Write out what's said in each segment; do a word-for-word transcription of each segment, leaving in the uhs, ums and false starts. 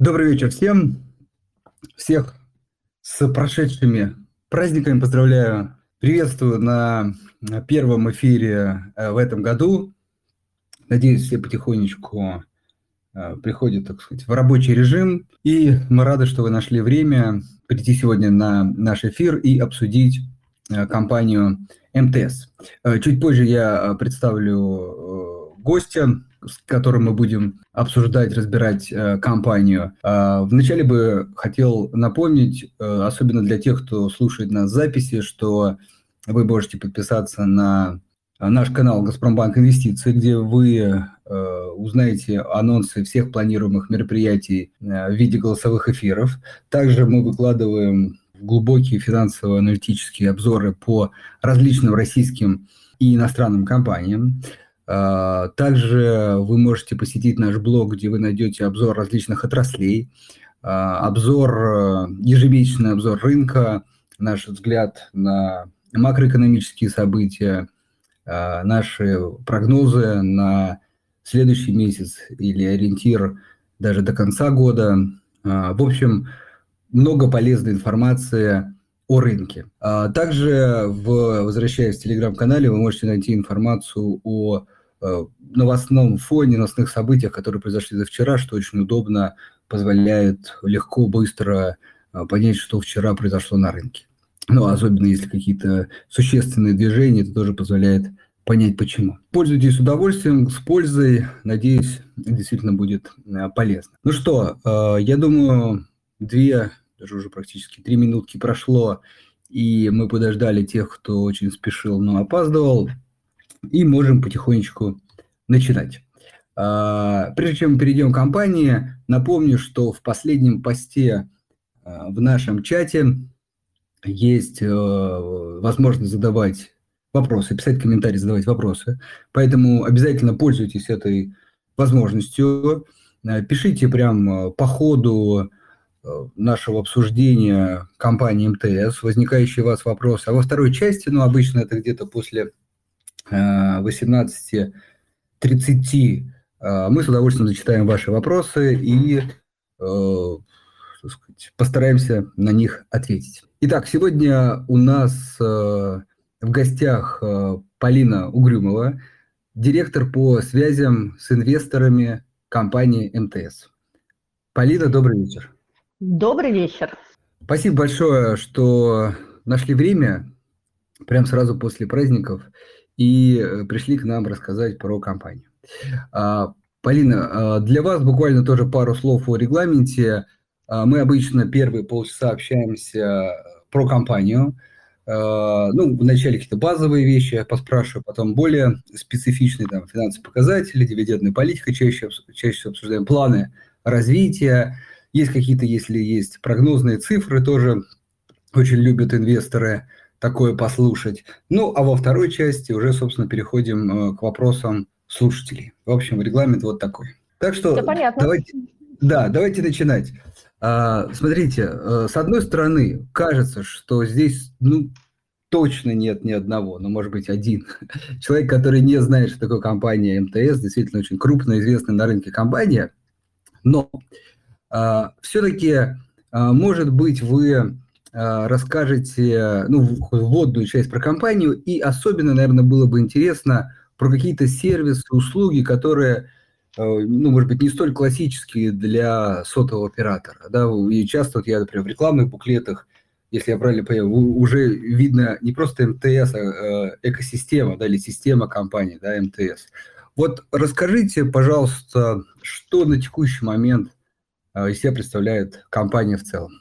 Добрый вечер всем. Всех с прошедшими праздниками поздравляю. Приветствую на на первом эфире э, в этом году. Надеюсь, все потихонечку э, приходят, так сказать, в рабочий режим. И мы рады, что вы нашли время прийти сегодня на наш эфир и обсудить э, компанию МТС. Э, Чуть позже я э, представлю э, гостя, с которым мы будем обсуждать, разбирать э, компанию. А, Вначале бы хотел напомнить, э, особенно для тех, кто слушает нас в записи, что вы можете подписаться на наш канал «Газпромбанк Инвестиции», где вы э, узнаете анонсы всех планируемых мероприятий э, в виде голосовых эфиров. Также мы выкладываем глубокие финансово-аналитические обзоры по различным российским и иностранным компаниям. А, Также вы можете посетить наш блог, где вы найдете обзор различных отраслей, а, обзор, э, ежемесячный обзор рынка, наш взгляд на макроэкономические события, а, наши прогнозы на следующий месяц или ориентир даже до конца года. А, В общем, много полезной информации о рынке. А Также, в, возвращаясь в телеграм-канале, вы можете найти информацию о э, новостном фоне, новостных событиях, которые произошли за вчера, что очень удобно, позволяет легко, быстро э, понять, что вчера произошло на рынке. Ну, особенно если какие-то существенные движения, это тоже позволяет понять, почему. Пользуйтесь с удовольствием, с пользой. Надеюсь, действительно будет э, полезно. Ну что, э, я думаю, две, даже уже практически три минутки прошло, и мы подождали тех, кто очень спешил, но опаздывал, и можем потихонечку начинать. А, Прежде чем мы перейдем к компании, напомню, что в последнем посте а, в нашем чате есть э, возможность задавать вопросы, писать комментарии, задавать вопросы. Поэтому обязательно пользуйтесь этой возможностью. Э, Пишите прям э, по ходу э, нашего обсуждения компании МТС возникающие у вас вопросы. А во второй части, ну, обычно это где-то после э, восемнадцати тридцати, э, мы с удовольствием зачитаем ваши вопросы и э, так сказать, постараемся на них ответить. Итак, сегодня у нас э, в гостях э, Полина Угрюмова, директор по связям с инвесторами компании МТС. Полина, добрый вечер. Добрый вечер. Спасибо большое, что нашли время прямо сразу после праздников и э, пришли к нам рассказать про компанию. А, Полина, а, для вас буквально тоже пару слов о регламенте. А, Мы обычно первые полчаса общаемся про компанию. А, Ну, вначале какие-то базовые вещи я поспрашиваю, потом более специфичные там, финансовые показатели, дивидендная политика, чаще, обс- чаще всего обсуждаем планы развития. Есть какие-то, если есть прогнозные цифры, тоже очень любят инвесторы такое послушать. Ну, а во второй части уже, собственно, переходим э, к вопросам слушателей. В общем, регламент вот такой. Так Все что понятно. давайте, да, давайте начинать. А, смотрите, э, с одной стороны, кажется, что здесь, ну, точно нет ни одного, но, может быть, один человек, который не знает, что такое компания МТС, действительно очень крупная, известная на рынке компания, но а, все-таки, а, может быть, вы а, расскажете, ну, в- вводную часть про компанию, и особенно, наверное, было бы интересно про какие-то сервисы, услуги, которые, э, ну, может быть, не столь классические для сотового оператора, да, и часто вот я, например, в рекламных буклетах, если я правильно понял, у- уже видно не просто МТС, а э, экосистема, да, или система компании, да, МТС. Вот расскажите, пожалуйста, что на текущий момент а, из себя представляет компания в целом.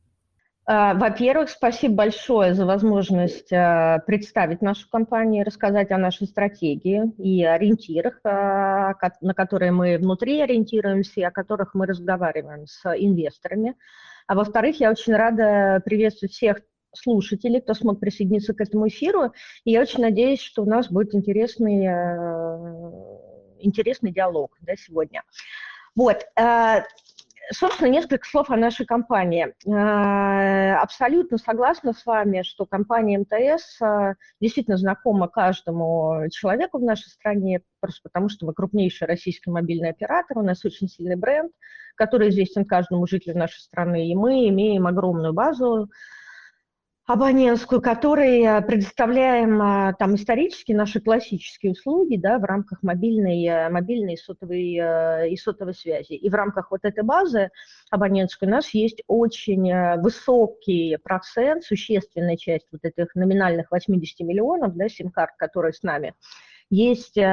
А, Во-первых, спасибо большое за возможность а, представить нашу компанию, рассказать о нашей стратегии и ориентирах, а, ко- на которые мы внутри ориентируемся и о которых мы разговариваем с инвесторами. А во-вторых, я очень рада приветствовать всех слушателей, кто смог присоединиться к этому эфиру. И я очень надеюсь, что у нас будет интересный, а, интересный диалог, да, сегодня. Вот. а, Собственно, несколько слов о нашей компании. Э, Абсолютно согласна с вами, что компания МТС э, действительно знакома каждому человеку в нашей стране, просто потому что мы крупнейший российский мобильный оператор, у нас очень сильный бренд, который известен каждому жителю нашей страны, и мы имеем огромную базу абонентскую, которой предоставляем там исторически наши классические услуги, да, в рамках мобильной, мобильной и, сотовой, и сотовой связи. И в рамках вот этой базы абонентской у нас есть очень высокий процент, существенная часть вот этих номинальных восьмидесяти миллионов, да, сим-карт, которые с нами. Есть э,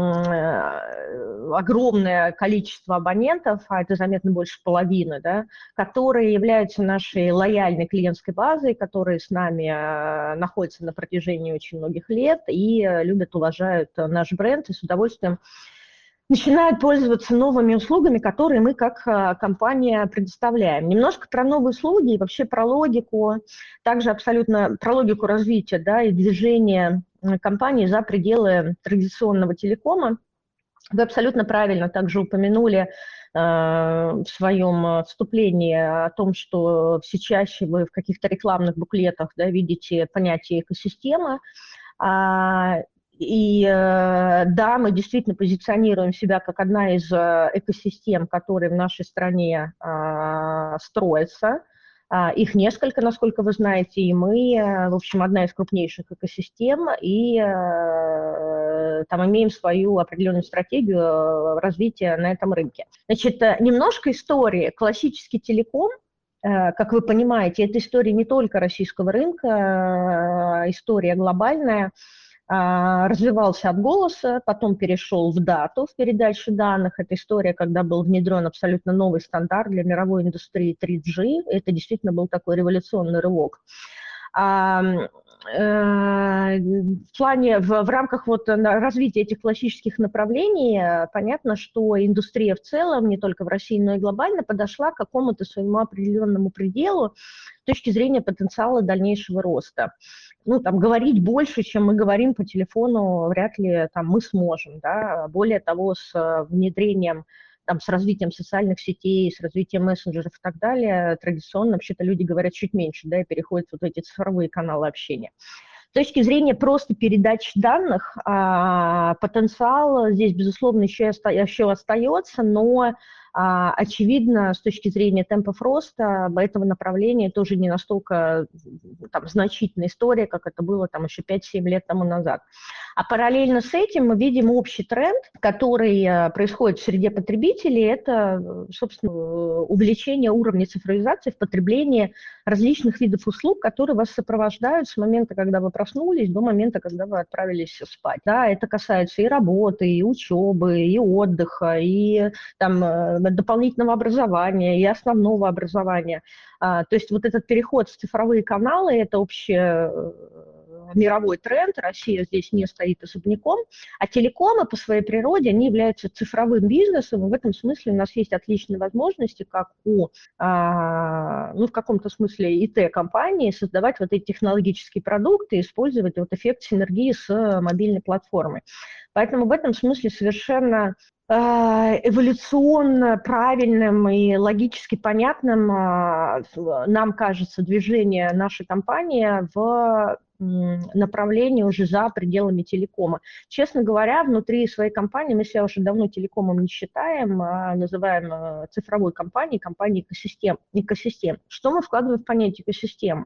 огромное количество абонентов, а это заметно больше половины, да, которые являются нашей лояльной клиентской базой, которые с нами э, находятся на протяжении очень многих лет и э, любят, уважают наш бренд и с удовольствием начинают пользоваться новыми услугами, которые мы как э, компания предоставляем. Немножко про новые услуги и вообще про логику, также абсолютно про логику развития, да, и движения компании за пределы традиционного телекома. Вы абсолютно правильно также упомянули э, в своем вступлении о том, что все чаще вы в каких-то рекламных буклетах, да, видите понятие экосистема. А, и э, да, мы действительно позиционируем себя как одна из экосистем, которые в нашей стране э, строятся. Их несколько, насколько вы знаете, и мы, в общем, одна из крупнейших экосистем, и э, там имеем свою определенную стратегию развития на этом рынке. Значит, немножко истории. Классический телеком, э, как вы понимаете, это история не только российского рынка, э, история глобальная. Развивался от голоса, потом перешел в дату, в передачу данных. Это история, когда был внедрен абсолютно новый стандарт для мировой индустрии три джи. Это действительно был такой революционный рывок. В плане, в, в рамках вот развития этих классических направлений, понятно, что индустрия в целом, не только в России, но и глобально, подошла к какому-то своему определенному пределу с точки зрения потенциала дальнейшего роста. Ну, там, говорить больше, чем мы говорим по телефону, вряд ли там, мы сможем, да. Более того, с внедрением, там, с развитием социальных сетей, с развитием мессенджеров и так далее, традиционно вообще-то люди говорят чуть меньше, да, и переходят вот в эти цифровые каналы общения. С точки зрения просто передачи данных, потенциал здесь, безусловно, еще, еще остается, но очевидно, с точки зрения темпов роста этого направления тоже не настолько там, значительная история, как это было там, еще пять-семь лет тому назад. А параллельно с этим мы видим общий тренд, который происходит в среде потребителей, это, собственно, увеличение уровня цифровизации в потреблении различных видов услуг, которые вас сопровождают с момента, когда вы проснулись, до момента, когда вы отправились спать. Да, это касается и работы, и учебы, и отдыха, и там, дополнительного образования, и основного образования. А, то есть вот этот переход в цифровые каналы – это общий мировой тренд, Россия здесь не стоит особняком, а телекомы по своей природе, они являются цифровым бизнесом, и в этом смысле у нас есть отличные возможности, как у, а, ну, в каком-то смысле и тэ-компании, создавать вот эти технологические продукты, использовать вот эффект синергии с мобильной платформой. Поэтому в этом смысле совершенно эволюционно правильным и логически понятным нам кажется движение нашей компании в направлении уже за пределами телекома. Честно говоря, внутри своей компании мы себя уже давно телекомом не считаем, а называем цифровой компанией, компанией экосистем. экосистем. Что мы вкладываем в понятие экосистем?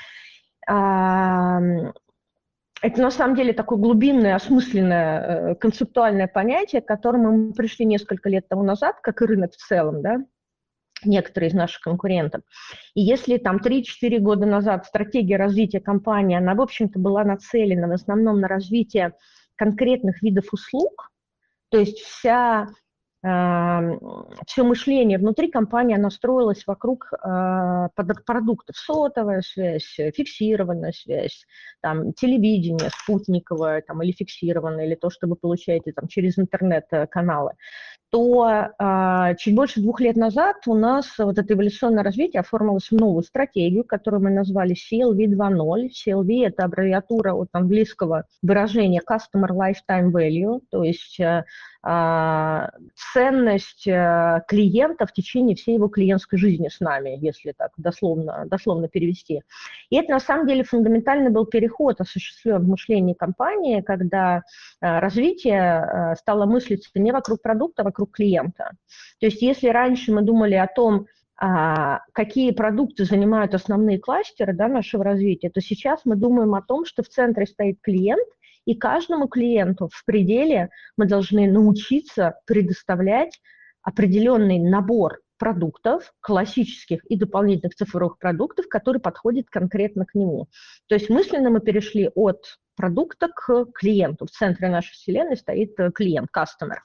Это на самом деле такое глубинное, осмысленное, концептуальное понятие, к которому мы пришли несколько лет тому назад, как и рынок в целом, да, некоторые из наших конкурентов. И если там три-четыре года назад стратегия развития компании, она, в общем-то, была нацелена в основном на развитие конкретных видов услуг, то есть вся... все мышление внутри компании настроилось вокруг э, продуктов. Сотовая связь, фиксированная связь, там, телевидение спутниковое там, или фиксированное, или то, что вы получаете там, через интернет-каналы, то э, чуть больше двух лет назад у нас вот это эволюционное развитие оформилось в новую стратегию, которую мы назвали си эл ви два ноль. си эл ви – это аббревиатура от английского выражения Customer Lifetime Value, то есть э, ценность клиента в течение всей его клиентской жизни с нами, если так дословно, дословно перевести. И это на самом деле фундаментальный был переход осуществлен в мышлении компании, когда развитие стало мыслиться не вокруг продукта, а вокруг клиента. То есть если раньше мы думали о том, какие продукты занимают основные кластеры, да, нашего развития, то сейчас мы думаем о том, что в центре стоит клиент, и каждому клиенту в пределе мы должны научиться предоставлять определенный набор продуктов, классических и дополнительных цифровых продуктов, которые подходят конкретно к нему. То есть мысленно мы перешли от продукта к клиенту. В центре нашей вселенной стоит клиент, customer.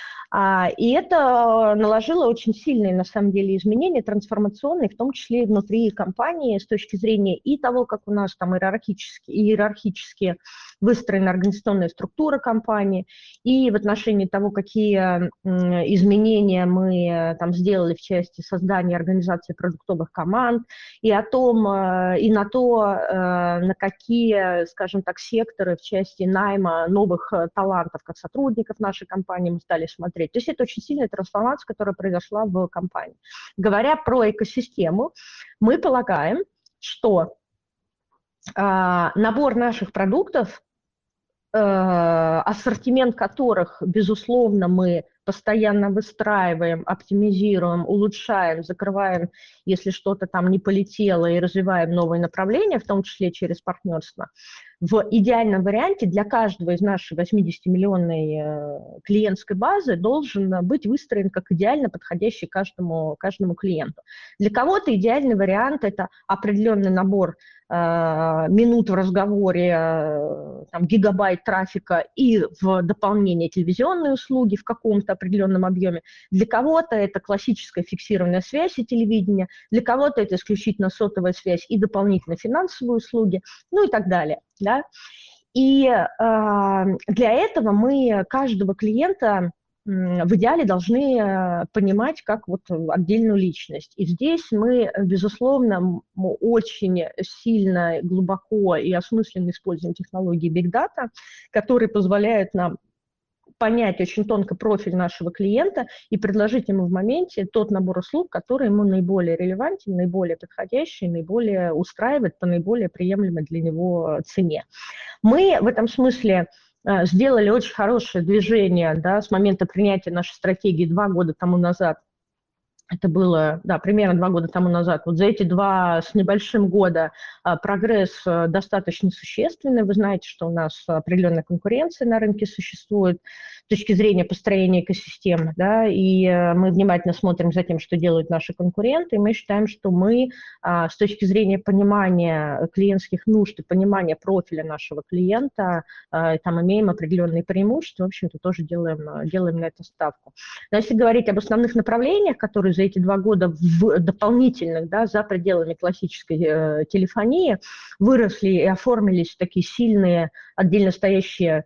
И это наложило очень сильные, на самом деле, изменения трансформационные, в том числе и внутри компании, с точки зрения и того, как у нас там иерархически, иерархически выстроена организационная структура компании, и в отношении того, какие изменения мы там сделали в части создания организации продуктовых команд, и о том, и на то, на какие, скажем так, секторы в части найма новых талантов, как сотрудников нашей компании, мы стали смотреть. То есть это очень сильная трансформация, которая произошла в компании. Говоря про экосистему, мы полагаем, что э, набор наших продуктов, э, ассортимент которых, безусловно, мы постоянно выстраиваем, оптимизируем, улучшаем, закрываем, если что-то там не полетело, и развиваем новые направления, в том числе через партнерство. В идеальном варианте для каждого из нашей восьмидесятимиллионной клиентской базы должен быть выстроен как идеально подходящий каждому, каждому клиенту. Для кого-то идеальный вариант – это определенный набор э, минут в разговоре, э, там, гигабайт трафика и в дополнение телевизионные услуги в каком-то определенном объеме. Для кого-то это классическая фиксированная связь и телевидение, для кого-то это исключительно сотовая связь и дополнительные финансовые услуги, ну и так далее. Да? И э, для этого мы каждого клиента э, в идеале должны э, понимать как вот отдельную личность. И здесь мы, безусловно, мы очень сильно, глубоко и осмысленно используем технологии Big Data, которые позволяют нам понять очень тонко профиль нашего клиента и предложить ему в моменте тот набор услуг, который ему наиболее релевантен, наиболее подходящий, наиболее устраивает по наиболее приемлемой для него цене. Мы в этом смысле сделали очень хорошее движение, да, с момента принятия нашей стратегии два года тому назад. Это было, да, примерно два года тому назад. Вот за эти два с небольшим года а, прогресс а, достаточно существенный. Вы знаете, что у нас определенная конкуренция на рынке существует с точки зрения построения экосистемы, да, и а, мы внимательно смотрим за тем, что делают наши конкуренты, и мы считаем, что мы а, с точки зрения понимания клиентских нужд и понимания профиля нашего клиента а, там имеем определенные преимущества, в общем-то, тоже делаем, делаем на это ставку. Но если говорить об основных направлениях, которые за эти два года в дополнительных, да, за пределами классической э, телефонии выросли и оформились такие сильные, отдельно стоящие,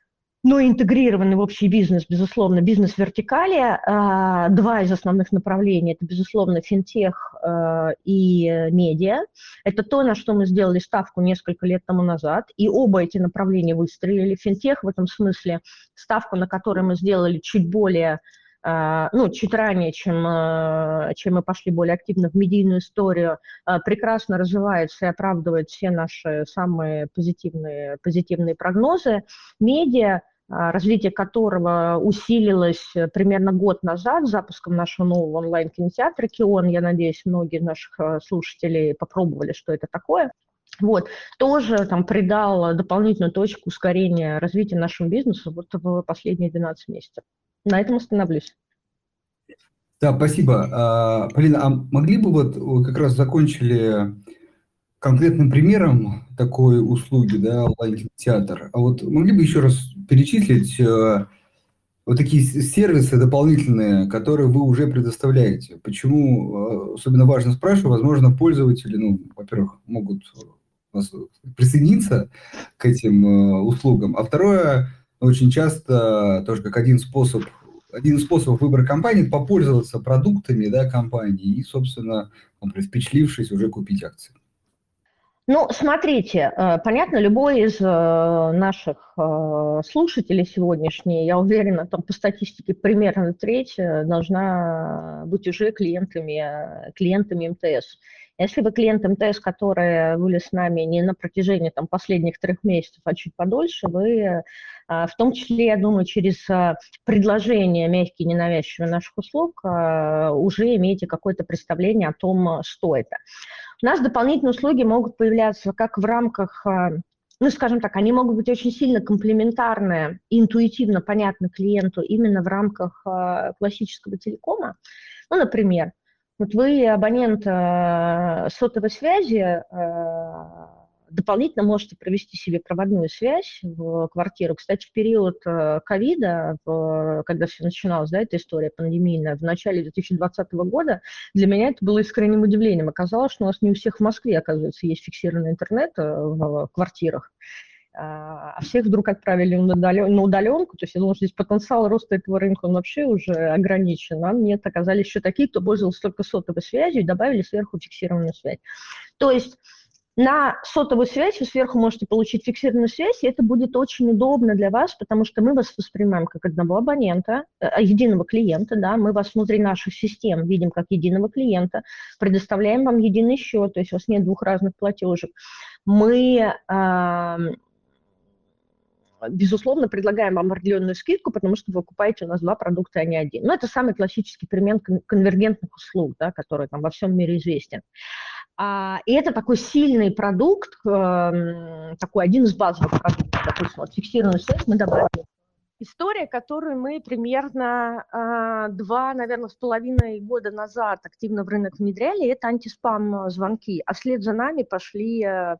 но интегрированный в общий бизнес, безусловно, бизнес-вертикали. Э, два из основных направлений – это, безусловно, финтех э, и медиа. Это то, на что мы сделали ставку несколько лет тому назад, и оба эти направления выстрелили. Финтех в этом смысле ставку, на которой мы сделали чуть более ну, чуть ранее, чем, чем мы пошли более активно в медийную историю, прекрасно развивается и оправдывает все наши самые позитивные, позитивные прогнозы. Медиа, развитие которого усилилось примерно год назад с запуском нашего нового онлайн-кинотеатра «Кион». Я надеюсь, многие из наших слушателей попробовали, что это такое. Вот, тоже там придал дополнительную точку ускорения развития нашего бизнеса вот в последние двенадцать месяцев. На этом остановлюсь. Да, спасибо. А, Полина, а могли бы вот вы как раз закончили конкретным примером такой услуги, да, онлайн-кинотеатр, а вот могли бы еще раз перечислить э, вот такие сервисы дополнительные, которые вы уже предоставляете? Почему э, особенно важно спрашиваю, возможно, пользователи, ну, во-первых, могут присоединиться к этим э, услугам, а второе, очень часто тоже как один способ, один из способов выбора компании попользоваться продуктами, да, компании и, собственно, впечатлившись, уже купить акции. Ну, смотрите, э, понятно, любой из э, наших э, слушателей сегодняшней, я уверена, там по статистике примерно треть э, должна быть уже клиентами, э, клиентами МТС. Если вы клиент МТС, которые были с нами не на протяжении там, последних трех месяцев, а чуть подольше, вы э, в том числе, я думаю, через э, предложение мягкие, ненавязчивые наших услуг э, уже имеете какое-то представление о том, что это. У нас дополнительные услуги могут появляться как в рамках, ну, скажем так, они могут быть очень сильно комплементарные, интуитивно понятны клиенту именно в рамках классического телекома. Ну, например, вот вы абонент сотовой связи, дополнительно можете провести себе проводную связь в квартиру. Кстати, в период ковида, когда все начиналось, да, эта история пандемийная, в начале две тысячи двадцатого года, для меня это было искренним удивлением. Оказалось, что у нас не у всех в Москве, оказывается, есть фиксированный интернет в квартирах, а всех вдруг отправили на, удален, на удаленку, то есть я думаю, что здесь потенциал роста этого рынка, он вообще уже ограничен, а нет, оказались еще такие, кто пользовался только сотовой связью и добавили сверху фиксированную связь. То есть на сотовую связь вы сверху можете получить фиксированную связь, и это будет очень удобно для вас, потому что мы вас воспринимаем как одного абонента, э, единого клиента, да, мы вас внутри наших систем видим как единого клиента, предоставляем вам единый счет, то есть у вас нет двух разных платежек. Мы, э, безусловно, предлагаем вам определенную скидку, потому что вы покупаете у нас два продукта, а не один. Но это самый классический пример конвергентных услуг, да, который там во всем мире известен. А, и это такой сильный продукт, э, такой один из базовых продуктов, допустим, вот фиксированную связь мы добавили. История, которую мы примерно э, два, наверное, с половиной года назад активно в рынок внедряли, это антиспам-звонки. А вслед за нами пошли... Э,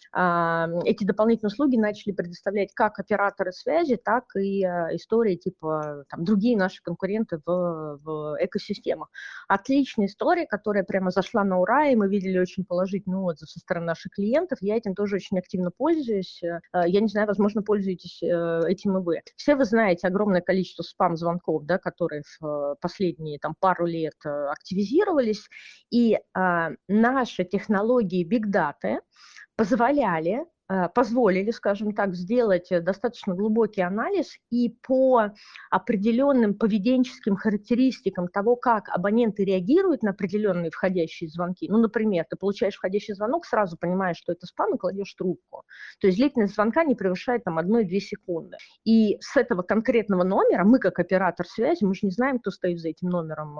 эти дополнительные услуги начали предоставлять как операторы связи, так и истории типа там, другие наши конкуренты в, в экосистемах. Отличная история, которая прямо зашла на ура, и мы видели очень положительный отзыв со стороны наших клиентов. Я этим тоже очень активно пользуюсь. Я не знаю, возможно, пользуетесь этим и вы. Все вы знаете огромное количество спам-звонков, да, которые в последние там, пару лет активизировались, и а, наши технологии Big Data позволяли, позволили, скажем так, сделать достаточно глубокий анализ и по определенным поведенческим характеристикам того, как абоненты реагируют на определенные входящие звонки. Ну, например, ты получаешь входящий звонок, сразу понимаешь, что это спам, и кладешь трубку. То есть длительность звонка не превышает там одна-две секунды. И с этого конкретного номера мы, как оператор связи, мы же не знаем, кто стоит за этим номером,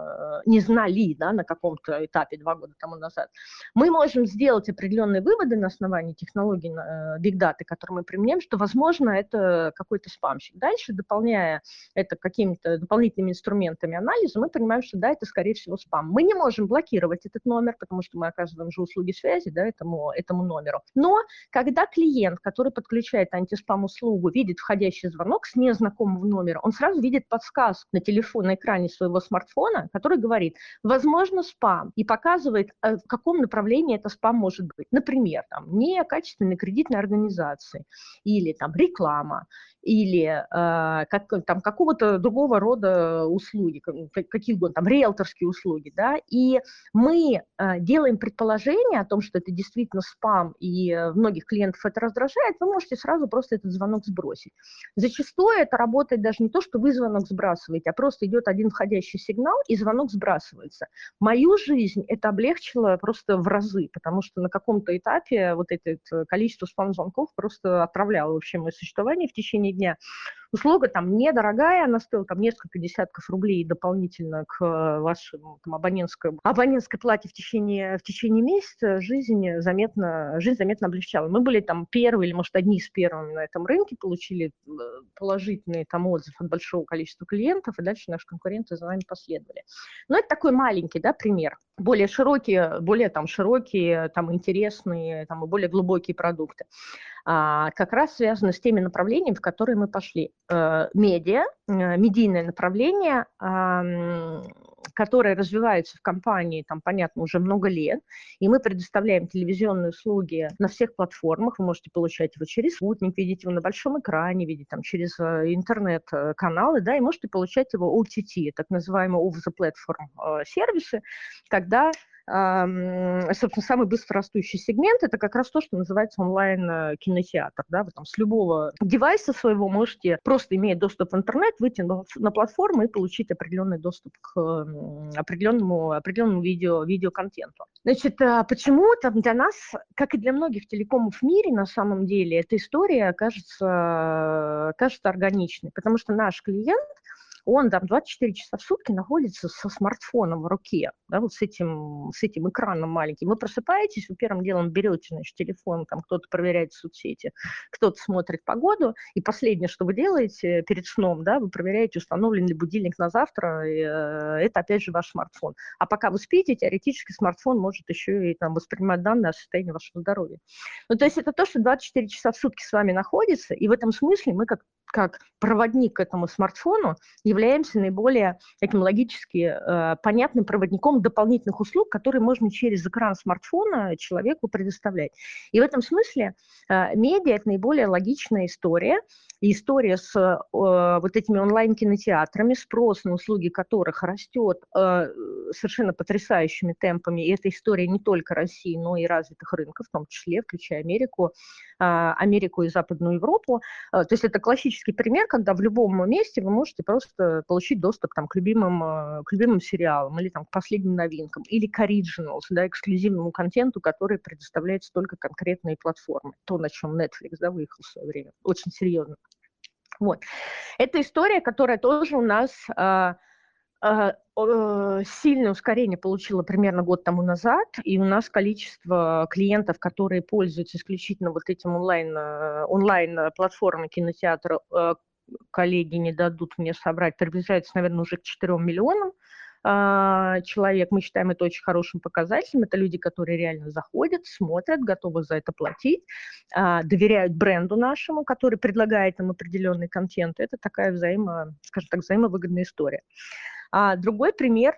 не знали, да, на каком-то этапе два года тому назад. Мы можем сделать определенные выводы на основании технологий Big Data, которые мы применяем, что, возможно, это какой-то спамщик. Дальше, дополняя это какими-то дополнительными инструментами анализа, мы понимаем, что да, это, скорее всего, спам. Мы не можем блокировать этот номер, потому что мы оказываем же услуги связи, да, этому, этому номеру. Но когда клиент, который подключает антиспам-услугу, видит входящий звонок с незнакомого номера, он сразу видит подсказку на телефон, на экране своего смартфона, который говорит, возможно, спам, и показывает, в каком направлении это спам может быть. Например, там, некачественной кредитной организации, или там реклама, или э, как, там, какого-то другого рода услуги, какие угодно, там, риэлторские услуги, да, и мы э, делаем предположение о том, что это действительно спам, и э, многих клиентов это раздражает, вы можете сразу просто этот звонок сбросить. Зачастую это работает даже не то, что вы звонок сбрасываете, а просто идет один входящий сигнал, и звонок сбрасывается. Мою жизнь это облегчило просто в разы, потому что на каком-то этапе вот это количество спам-звонков просто отправляло вообще мое существование в течение дня. Услуга там недорогая, она стоила там несколько десятков рублей дополнительно к вашему там, абонентской, абонентской плате в течение, в течение месяца. Жизнь заметно, жизнь заметно облегчала. Мы были там первые или, может, одни из первыми на этом рынке, получили положительный там отзыв от большого количества клиентов, и дальше наши конкуренты за нами последовали. Но это такой маленький, да, пример. Более широкие, более там широкие, там интересные, там и более глубокие продукты. А, как раз связаны с теми направлениями, в которые мы пошли. Э, медиа, э, медийное направление, э, которое развивается в компании, там, понятно, уже много лет, и мы предоставляем телевизионные услуги на всех платформах, вы можете получать его через спутник, видеть его на большом экране, видеть там через интернет-каналы, да, и можете получать его о ти ти, так называемые over-the-platform сервисы, когда собственно, самый быстрорастущий сегмент – это как раз то, что называется онлайн-кинотеатр. Да? Вы там с любого девайса своего можете, просто имея доступ в интернет, выйти на платформу и получить определенный доступ к определенному, определенному видео, видеоконтенту. Значит, почему там для нас, как и для многих телекомов в мире, на самом деле, эта история кажется, кажется органичной, потому что наш клиент, он там двадцать четыре часа в сутки находится со смартфоном в руке, да, вот с этим, с этим экраном маленьким. Вы просыпаетесь, вы первым делом берете, значит, телефон, там кто-то проверяет соцсети, кто-то смотрит погоду, и последнее, что вы делаете перед сном, да, вы проверяете, установлен ли будильник на завтра, и, э, это опять же ваш смартфон. А пока вы спите, теоретически смартфон может еще и там воспринимать данные о состоянии вашего здоровья. Ну, то есть это то, что двадцать четыре часа в сутки с вами находится, и в этом смысле мы как как проводник к этому смартфону являемся наиболее таким логически э, понятным проводником дополнительных услуг, которые можно через экран смартфона человеку предоставлять. И в этом смысле э, медиа – это наиболее логичная история. И история с э, вот этими онлайн-кинотеатрами, спрос на услуги которых растет э, совершенно потрясающими темпами. И эта история не только России, но и развитых рынков, в том числе, включая Америку, э, Америку и Западную Европу. Э, то есть это классический пример, когда в любом месте вы можете просто получить доступ там, к, любимым, к любимым сериалам или там, к последним новинкам, или к originals, да, эксклюзивному контенту, который предоставляется только конкретные платформы. То, на чем Netflix да, выехал в свое время. Очень серьезно. Вот. Это история, которая тоже у нас а, а, а, сильное ускорение получила примерно год тому назад, и у нас количество клиентов, которые пользуются исключительно вот этим онлайн, онлайн-платформой кинотеатра, коллеги не дадут мне собрать, приближается, наверное, уже к четырем миллионам а, человек. Мы считаем это очень хорошим показателем. Это люди, которые реально заходят, смотрят, готовы за это платить, а, доверяют бренду нашему, который предлагает им определенный контент. Это такая взаимо, скажем так, взаимовыгодная история. А другой пример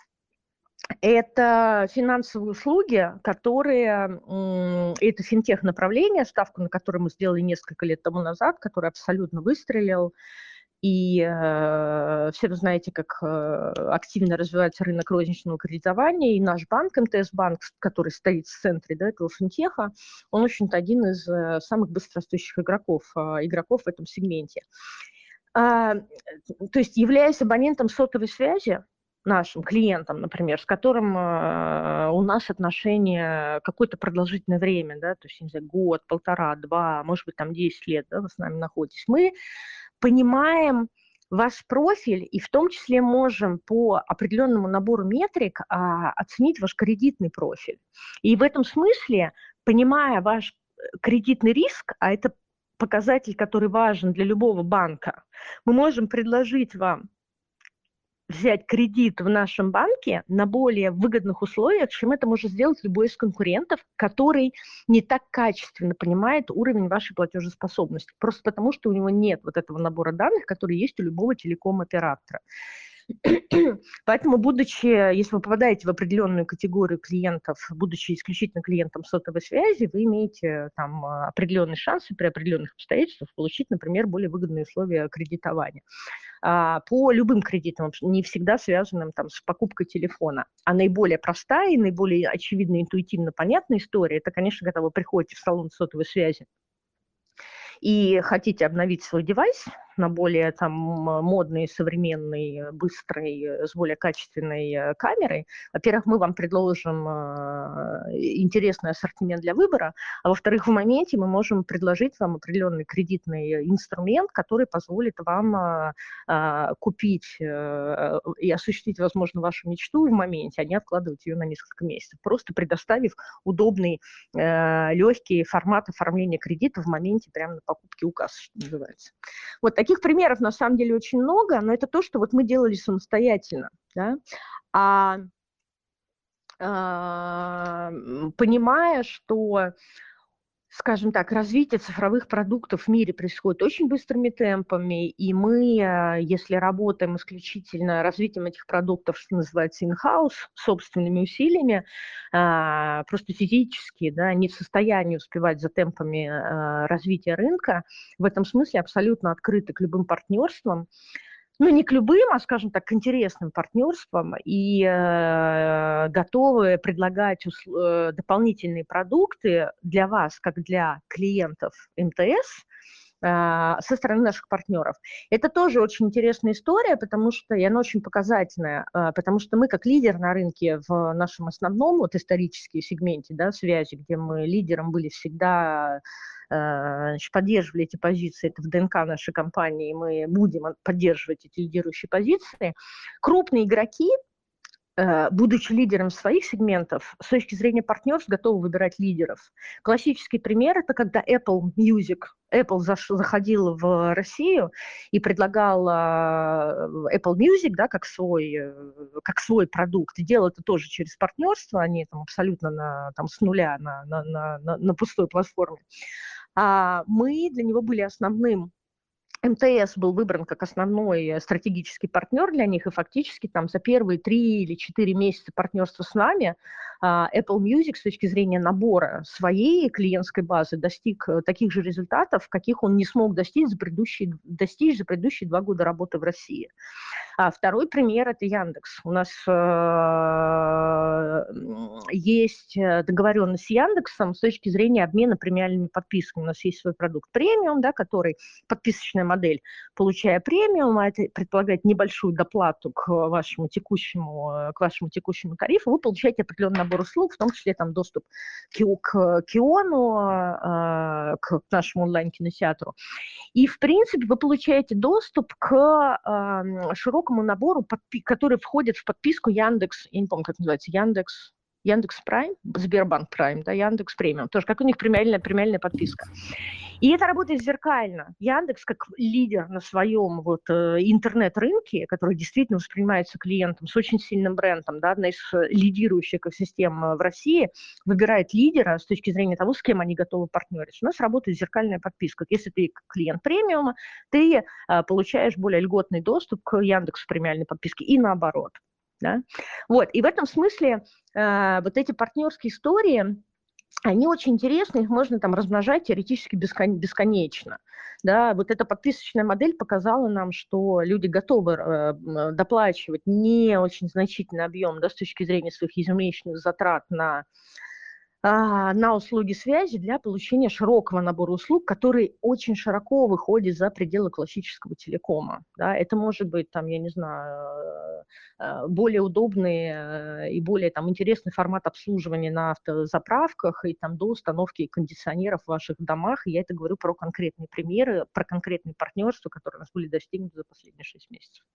– это финансовые услуги, которые, это финтех-направление, ставку на которое мы сделали несколько лет тому назад, который абсолютно выстрелил. И э, все вы знаете, как э, активно развивается рынок розничного кредитования. И наш банк, эм тэ эс-банк, который стоит в центре да, этого финтеха, он, в общем-то, один из э, самых быстрорастущих игроков, э, игроков в этом сегменте. А, то есть, являясь абонентом сотовой связи, нашим клиентам, например, с которым э, у нас отношения какое-то продолжительное время, да, то есть, не знаю, год, полтора, два, может быть, там десять лет, да, вы с нами находитесь, мы понимаем ваш профиль и в том числе можем по определенному набору метрик а, оценить ваш кредитный профиль. И в этом смысле, понимая ваш кредитный риск, а это показатель, который важен для любого банка, мы можем предложить вам взять кредит в нашем банке на более выгодных условиях, чем это может сделать любой из конкурентов, который не так качественно понимает уровень вашей платежеспособности. Просто потому, что у него нет вот этого набора данных, который есть у любого телеком-оператора. Поэтому, будучи, если вы попадаете в определенную категорию клиентов, будучи исключительно клиентом сотовой связи, вы имеете там определенные шансы при определенных обстоятельствах получить, например, более выгодные условия кредитования. По любым кредитам, не всегда связанным там, с покупкой телефона. А наиболее простая и наиболее очевидно, интуитивно понятная история, это, конечно, когда вы приходите в салон сотовой связи и хотите обновить свой девайс на более там модный, современный, быстрый, с более качественной камерой. Во-первых, мы вам предложим интересный ассортимент для выбора, а во-вторых, в моменте мы можем предложить вам определенный кредитный инструмент, который позволит вам купить и осуществить, возможно, вашу мечту в моменте, а не откладывать ее на несколько месяцев, просто предоставив удобный, легкий формат оформления кредита в моменте прямо на покупке указ, что называется. Вот таких примеров на самом деле очень много, но это то, что вот мы делали самостоятельно, да? а, а, понимая, что, скажем так, развитие цифровых продуктов в мире происходит очень быстрыми темпами, и мы, если работаем исключительно развитием этих продуктов, что называется in-house, собственными усилиями, просто физически да, не в состоянии успевать за темпами развития рынка, в этом смысле абсолютно открыты к любым партнерствам. ну, не к любым, а, скажем так, к интересным партнерствам и э, готовы предлагать усл- э, дополнительные продукты для вас, как для клиентов МТС, э, со стороны наших партнеров. Это тоже очень интересная история, потому что, и она очень показательная, э, потому что мы как лидер на рынке в нашем основном вот историческом сегменте, да, связи, где мы лидером были всегда, значит, поддерживали эти позиции, это в ДНК нашей компании, и мы будем поддерживать эти лидирующие позиции. Крупные игроки, будучи лидером своих сегментов, с точки зрения партнерств готовы выбирать лидеров. Классический пример – это когда Apple Music, Apple заш, заходил в Россию и предлагал Apple Music, да, как свой, как свой продукт, и делал это тоже через партнерство, они там абсолютно на, там, с нуля на, на, на, на пустой платформе. А мы для него были основным. МТС был выбран как основной стратегический партнер для них, и фактически там за первые три или четыре месяца партнерства с нами Apple Music с точки зрения набора своей клиентской базы достиг таких же результатов, каких он не смог достичь за предыдущие, достичь за предыдущие два года работы в России. А второй пример – это Яндекс. У нас э, есть договоренность с Яндексом с точки зрения обмена премиальными подписками. У нас есть свой продукт премиум, да, который подписочная модель. Получая премиум, а это предполагает небольшую доплату к вашему текущему, к вашему текущему тарифу, вы получаете определенный набор услуг, в том числе там доступ к, к Киону, э, к нашему онлайн-кинотеатру. И, в принципе, вы получаете доступ к э, широкому набору, подпи- который входит в подписку Яндекс, я не помню, как называется, Яндекс, Яндекс Прайм, Сбербанк Прайм, да, Яндекс Премиум, тоже как у них премиальная, премиальная подписка. И это работает зеркально. Яндекс как лидер на своем вот, э, интернет-рынке, который действительно воспринимается клиентом с очень сильным брендом, да, одна из лидирующих экосистем в России, выбирает лидера с точки зрения того, с кем они готовы партнерить. У нас работает зеркальная подписка. Если ты клиент премиума, ты э, получаешь более льготный доступ к Яндексу премиальной подписке и наоборот. Да? Вот. И в этом смысле э, вот эти партнерские истории, они очень интересны, их можно там размножать теоретически бесконечно. Да, вот эта подписочная модель показала нам, что люди готовы э, доплачивать не очень значительный объем, да, с точки зрения своих ежемесячных затрат на, э, на услуги связи для получения широкого набора услуг, который очень широко выходит за пределы классического телекома. Да. Это может быть, там, я не знаю, более удобный и более там, интересный формат обслуживания на автозаправках и там, до установки кондиционеров в ваших домах. И я это говорю про конкретные примеры, про конкретные партнерства, которые у нас были достигнуты за последние шесть месяцев.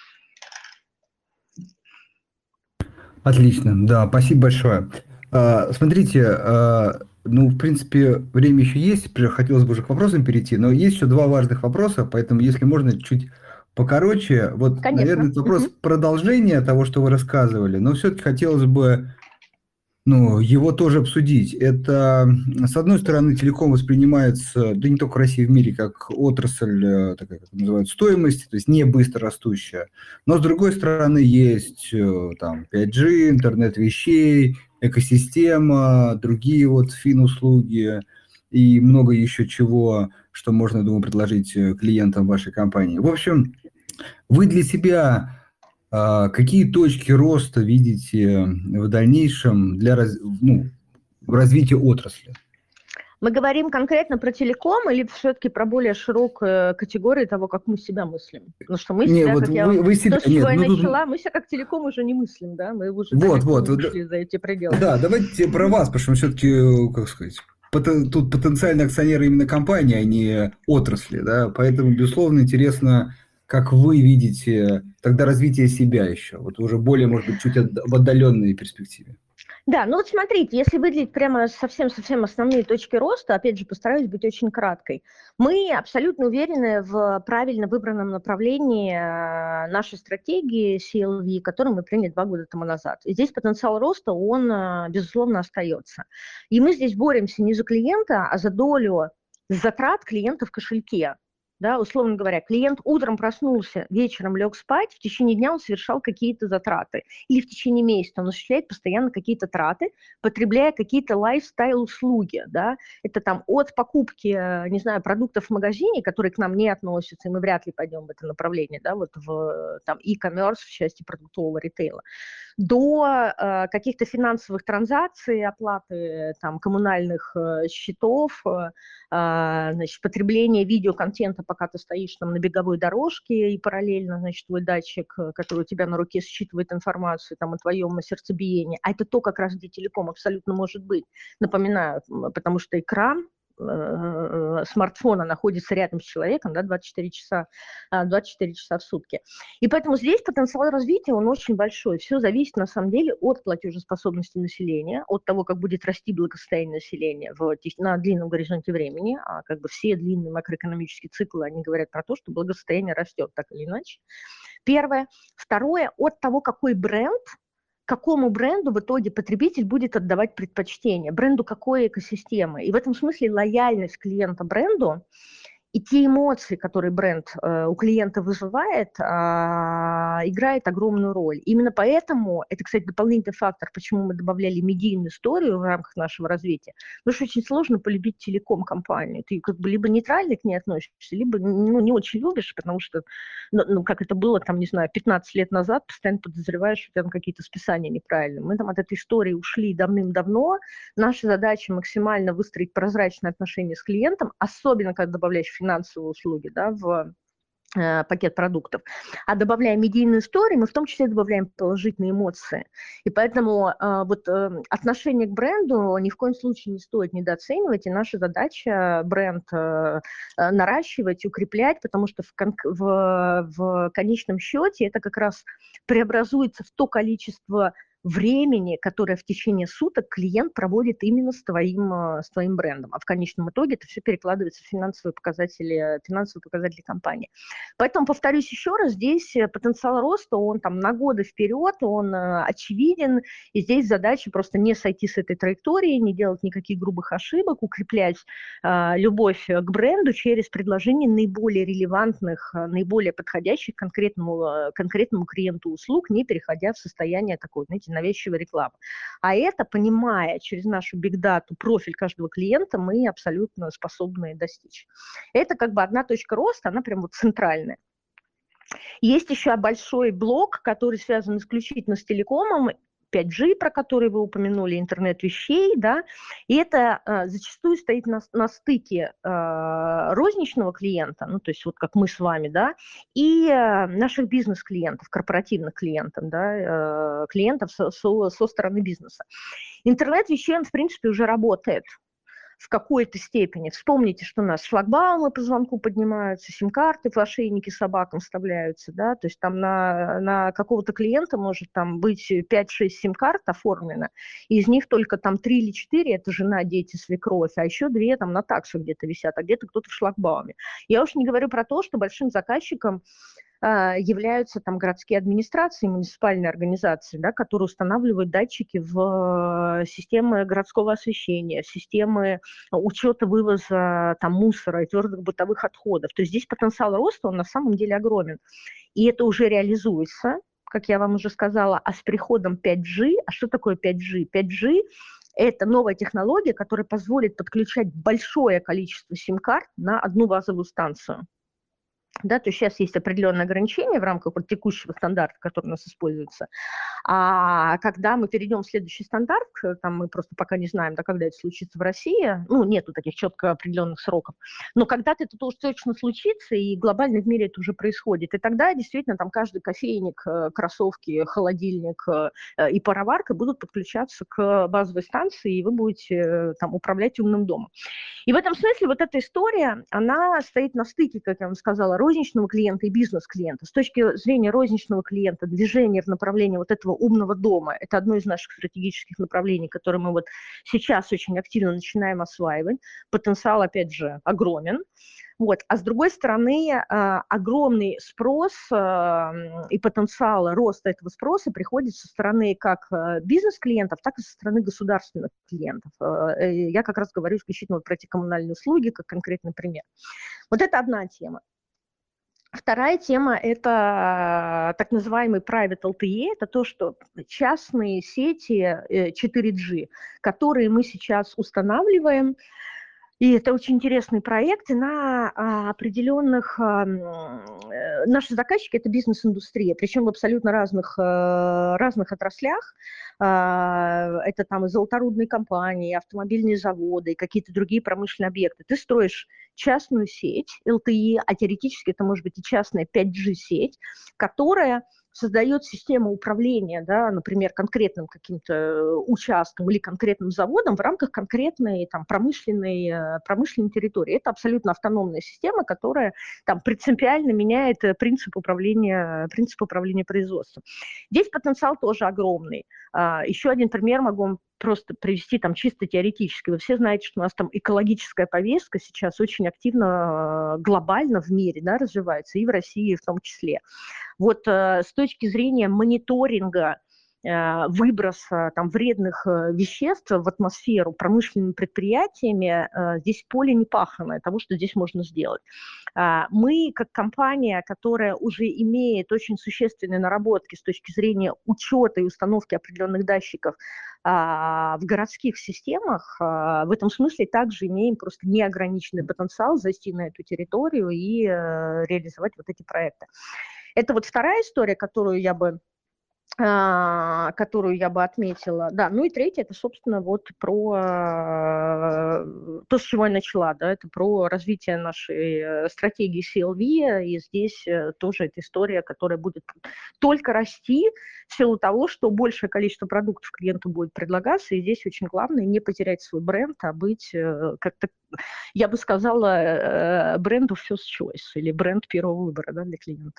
Отлично, да, спасибо большое. А, смотрите, а, ну, в принципе, время еще есть, хотелось бы уже к вопросам перейти, но есть еще два важных вопроса, поэтому, если можно, чуть покороче. Вот, Конечно. наверное, это вопрос uh-huh. продолжения того, что вы рассказывали, но все-таки хотелось бы, ну, его тоже обсудить. Это, с одной стороны, телеком воспринимается, да не только в России, в мире, как отрасль, такая, как называют, стоимости, то есть не быстро растущая. Но, с другой стороны, есть там пять джи, интернет вещей, экосистема, другие вот фин-услуги и много еще чего, что можно, думаю, предложить клиентам вашей компании. В общем, вы для себя какие точки роста видите в дальнейшем для раз, ну, развития отрасли? Мы говорим конкретно про телеком или все-таки про более широкую категорию того, как мы себя мыслим? Потому что мы себя, не, вот как вы, я вы себя, то, с чего нет, я ну, начала, тут... мы себя как телеком уже не мыслим, да? Мы уже вот, далеко вот, ушли да, за эти пределы. Да, давайте про вас, потому что все-таки, как сказать, потен, тут потенциальные акционеры именно компании, а не отрасли, да, поэтому, безусловно, интересно, как вы видите тогда развитие себя еще, вот уже более, может быть, чуть в отдаленной перспективе. Да, ну вот смотрите, если выделить прямо совсем-совсем основные точки роста, опять же, постараюсь быть очень краткой. Мы абсолютно уверены в правильно выбранном направлении нашей стратегии си эл ви, которую мы приняли два года тому назад. И здесь потенциал роста, он, безусловно, остается. И мы здесь боремся не за клиента, а за долю затрат клиента в кошельке. Да, условно говоря, клиент утром проснулся, вечером лег спать, в течение дня он совершал какие-то затраты. Или в течение месяца он осуществляет постоянно какие-то траты, потребляя какие-то лайфстайл-услуги. Да? Это там от покупки, не знаю, продуктов в магазине, которые к нам не относятся, и мы вряд ли пойдем в это направление, да, вот в там, e-commerce в части продуктового ритейла, до э, каких-то финансовых транзакций, оплаты там, коммунальных э, счетов, э, значит, потребление видеоконтента, пока ты стоишь там на беговой дорожке, и параллельно, значит, твой датчик, который у тебя на руке считывает информацию там, о твоем сердцебиении. А это то, как раз где телеком абсолютно может быть. Напоминаю, потому что экран смартфона находится рядом с человеком, да, двадцать четыре часа, двадцать четыре часа в сутки. И поэтому здесь потенциал развития, он очень большой. Все зависит, на самом деле, от платежеспособности населения, от того, как будет расти благосостояние населения в, на длинном горизонте времени. А как бы все длинные макроэкономические циклы, они говорят про то, что благосостояние растет так или иначе. Первое. Второе, от того, какой бренд, какому бренду в итоге потребитель будет отдавать предпочтение, бренду какой экосистемы. И в этом смысле лояльность клиента бренду и те эмоции, которые бренд э, у клиента вызывает, э, играет огромную роль. Именно поэтому, это, кстати, дополнительный фактор, почему мы добавляли медийную историю в рамках нашего развития, потому что очень сложно полюбить телеком-компанию. Ты как бы либо нейтрально к ней относишься, либо ну, не очень любишь, потому что, ну, ну, как это было, там, не знаю, пятнадцать лет назад, постоянно подозреваешь, что у тебя там какие-то списания неправильные. Мы там от этой истории ушли давным-давно. Наша задача максимально выстроить прозрачные отношения с клиентом, особенно когда добавляешь финансовые услуги, да, в э, пакет продуктов. А добавляя медийную историю, мы в том числе добавляем положительные эмоции. И поэтому э, вот э, отношение к бренду ни в коем случае не стоит недооценивать, и наша задача бренд э, наращивать, укреплять, потому что в, кон- в, в конечном счете это как раз преобразуется в то количество времени, которое в течение суток клиент проводит именно с твоим, с твоим брендом. А в конечном итоге это все перекладывается в финансовые показатели, финансовые показатели компании. Поэтому, повторюсь еще раз, здесь потенциал роста, он там на годы вперед, он очевиден, и здесь задача просто не сойти с этой траектории, не делать никаких грубых ошибок, укреплять э, любовь к бренду через предложение наиболее релевантных, наиболее подходящих конкретному, конкретному клиенту услуг, не переходя в состояние такой, знаете, навязчивой рекламы. А это, понимая через нашу бигдату профиль каждого клиента, мы абсолютно способны достичь. Это как бы одна точка роста, она прям вот центральная. Есть еще большой блок, который связан исключительно с телекомом, пять джи, про который вы упомянули, интернет вещей, да, и это э, зачастую стоит на, на стыке э, розничного клиента, ну, то есть вот как мы с вами, да, и э, наших бизнес-клиентов, корпоративных клиентов, да, э, клиентов со, со, со стороны бизнеса. Интернет вещей, он, в принципе, уже работает в какой-то степени. Вспомните, что у нас шлагбаумы по звонку поднимаются, сим-карты, флешейники собакам вставляются, да, то есть там на, на какого-то клиента может там быть пять-шесть сим-карт оформлено, и из них только там три или четыре это жена, дети, свекровь, а еще две там на таксу где-то висят, а где-то кто-то в шлагбауме. Я уж не говорю про то, что большим заказчиком являются там городские администрации, муниципальные организации, да, которые устанавливают датчики в системы городского освещения, в системы учета вывоза там, мусора и твердых бытовых отходов. То есть здесь потенциал роста, он на самом деле огромен. И это уже реализуется, как я вам уже сказала, а с приходом пять джи, а что такое пять джи? пять джи – это новая технология, которая позволит подключать большое количество сим-карт на одну базовую станцию. Да, то есть сейчас есть определенные ограничения в рамках вот текущего стандарта, который у нас используется. А когда мы перейдем в следующий стандарт, там мы просто пока не знаем, да, когда это случится в России, ну, нету таких четко определенных сроков, но когда-то это тоже точно случится, и глобально в мире это уже происходит. И тогда действительно там каждый кофейник, кроссовки, холодильник и пароварка будут подключаться к базовой станции, и вы будете там управлять умным домом. И в этом смысле вот эта история, она стоит на стыке, как я вам сказала, розничного клиента и бизнес-клиента. С точки зрения розничного клиента движение в направлении вот этого умного дома – это одно из наших стратегических направлений, которые мы вот сейчас очень активно начинаем осваивать. Потенциал, опять же, огромен. Вот. А с другой стороны, огромный спрос и потенциал роста этого спроса приходит со стороны как бизнес-клиентов, так и со стороны государственных клиентов. Я как раз говорю исключительно вот про эти коммунальные услуги, как конкретный пример. Вот это одна тема. Вторая тема – это так называемый private эл ти и, это то, что частные сети четыре джи, которые мы сейчас устанавливаем. И это очень интересный проект, и на а, определенных... А, э, наши заказчики – это бизнес-индустрия, причем в абсолютно разных, а, разных отраслях. А, это там и золоторудные компании, и автомобильные заводы, и какие-то другие промышленные объекты. Ты строишь частную сеть эл ти и, а теоретически это может быть и частная пять джи-сеть, которая создает систему управления, да, например, конкретным каким-то участком или конкретным заводом в рамках конкретной там, промышленной, промышленной территории. Это абсолютно автономная система, которая там, принципиально меняет принцип управления, принцип управления производством. Здесь потенциал тоже огромный. Еще один пример могу вам просто привести там чисто теоретически. Вы все знаете, что у нас там экологическая повестка сейчас очень активно, глобально в мире, да, развивается, и в России в том числе. Вот э, с точки зрения мониторинга э, выброса там, вредных э, веществ в атмосферу промышленными предприятиями, э, здесь поле не паханое того, что здесь можно сделать. Э, мы, как компания, которая уже имеет очень существенные наработки с точки зрения учета и установки определенных датчиков э, в городских системах, э, в этом смысле также имеем просто неограниченный потенциал зайти на эту территорию и э, реализовать вот эти проекты. Это вот вторая история, которую я бы, а, которую я бы отметила. Да, ну и третья, это, собственно, вот про а, то, с чего я начала, да, это про развитие нашей стратегии си эл ви, и здесь тоже эта история, которая будет только расти в силу того, что большее количество продуктов клиенту будет предлагаться, и здесь очень главное не потерять свой бренд, а быть как-то, я бы сказала, бренд of first choice, или бренд первого выбора, да, для клиента.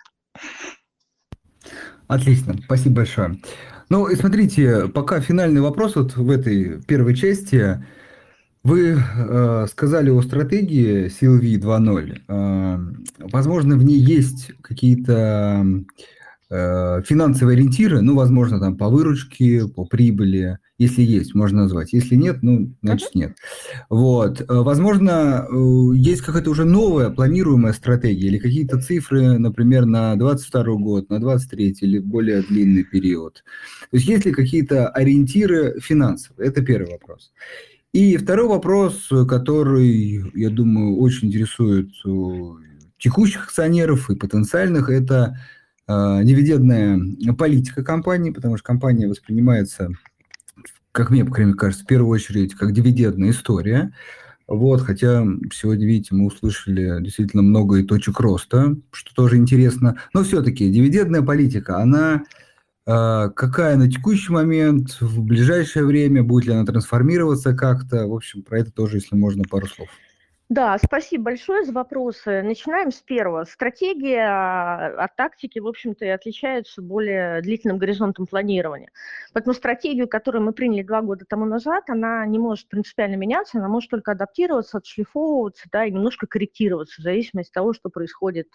Отлично, спасибо большое. Ну и смотрите, пока финальный вопрос вот в этой первой части. Вы э, сказали о стратегии си эл ви два ноль. Э, возможно, в ней есть какие-то э, финансовые ориентиры, ну, возможно, там по выручке, по прибыли, если есть, можно назвать. Если нет, ну, значит, uh-huh. нет. Вот. Возможно, есть какая-то уже новая планируемая стратегия или какие-то цифры, например, на двадцать второй год, на двадцать третий или более длинный период. То есть есть ли какие-то ориентиры финансовые? Это первый вопрос. И второй вопрос, который, я думаю, очень интересует текущих акционеров и потенциальных, это э, дивидендная политика компании, потому что компания воспринимается, как мне, по крайней мере, кажется, в первую очередь, как дивидендная история. Вот, хотя сегодня, видите, мы услышали действительно много и точек роста, что тоже интересно. Но все-таки дивидендная политика, она... Какая на текущий момент, в ближайшее время, будет ли она трансформироваться как-то? В общем, про это тоже, если можно, пару слов. Да, спасибо большое за вопросы. Начинаем с первого. Стратегия от тактики, в общем-то, и отличается более длительным горизонтом планирования. Поэтому стратегию, которую мы приняли два года тому назад, она не может принципиально меняться, она может только адаптироваться, отшлифовываться, да, и немножко корректироваться в зависимости от того, что происходит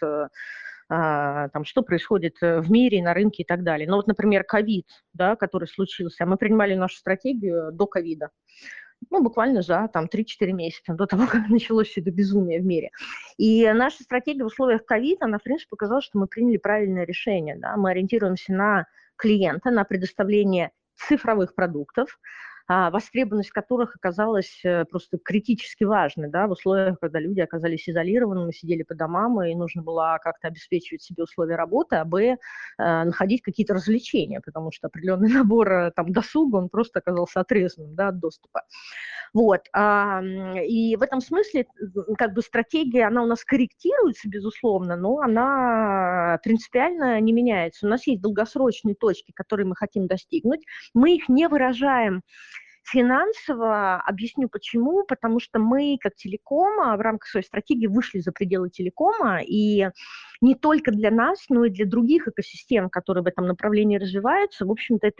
там, что происходит в мире, на рынке и так далее. Но вот, например, ковид, да, который случился, мы принимали нашу стратегию до ковида, ну, буквально за там, три-четыре месяца до того, как началось все это безумие в мире. И наша стратегия в условиях ковида, она, в принципе, показала, что мы приняли правильное решение. Да? Мы ориентируемся на клиента, на предоставление цифровых продуктов, востребованность которых оказалась просто критически важной, да, в условиях, когда люди оказались изолированными, сидели по домам, и нужно было как-то обеспечивать себе условия работы, а б, находить какие-то развлечения, потому что определенный набор там, досуга, он просто оказался отрезанным, да, от доступа. Вот. И в этом смысле как бы стратегия, она у нас корректируется, безусловно, но она принципиально не меняется. У нас есть долгосрочные точки, которые мы хотим достигнуть. Мы их не выражаем финансово. Объясню почему. Потому что мы, как телеком, в рамках своей стратегии вышли за пределы телекома, и не только для нас, но и для других экосистем, которые в этом направлении развиваются, в общем-то, это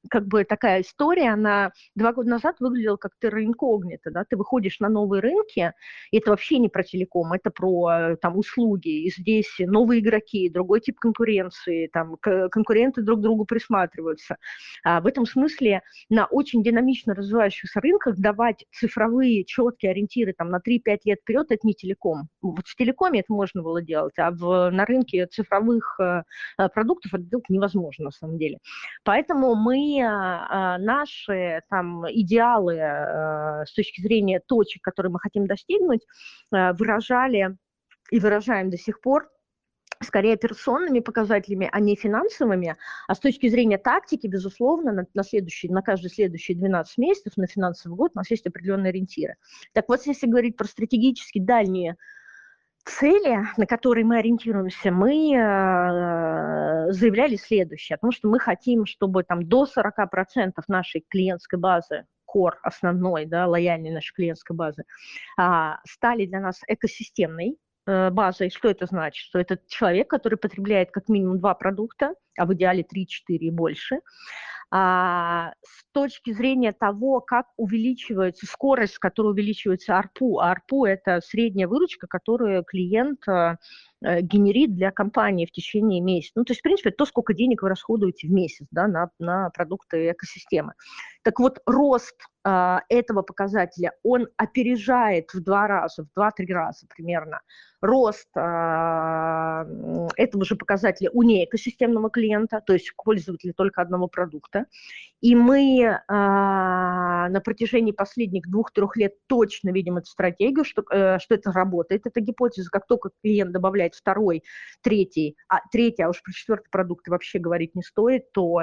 как бы такая история, она два года назад выглядела как терра инкогнито, да, ты выходишь на новые рынки, и это вообще не про телеком, это про там услуги, и здесь новые игроки, другой тип конкуренции, там конкуренты друг к другу присматриваются. А в этом смысле на очень динамично развивающихся рынках давать цифровые четкие ориентиры там на три-пять лет вперед, это не телеком. Вот в телекоме это можно было делать, а в, на рынке цифровых э, продуктов это делать невозможно на самом деле. Поэтому мы наши там идеалы с точки зрения точек, которые мы хотим достигнуть, выражали и выражаем до сих пор скорее операционными показателями, а не финансовыми. А с точки зрения тактики, безусловно, на, на, следующий, на каждые следующие двенадцать месяцев, на финансовый год у нас есть определенные ориентиры. Так вот, если говорить про стратегически дальние цели, на которые мы ориентируемся, мы э, заявляли следующее, о том, что мы хотим, чтобы там до сорок процентов нашей клиентской базы, core основной, да, лояльной нашей клиентской базы, э, стали для нас экосистемной э, базой. Что это значит? Что это человек, который потребляет как минимум два продукта, а в идеале три-четыре и больше. А, с точки зрения того, как увеличивается скорость, с которой увеличивается АРПУ. А АРПУ – это средняя выручка, которую клиент а, генерит для компании в течение месяца. Ну, то есть, в принципе, это то, сколько денег вы расходуете в месяц, да, на, на продукты экосистемы. Так вот, рост а, этого показателя, он опережает в два раза, в два-три раза примерно рост а, этого же показателя у неэкосистемного клиента, то есть пользователя только одного продукта. И мы а, на протяжении последних двух-трех лет точно видим эту стратегию, что, э, что это работает. Это гипотеза, как только клиент добавляет второй, третий, а третий, а уж про четвертый продукт вообще говорить не стоит, то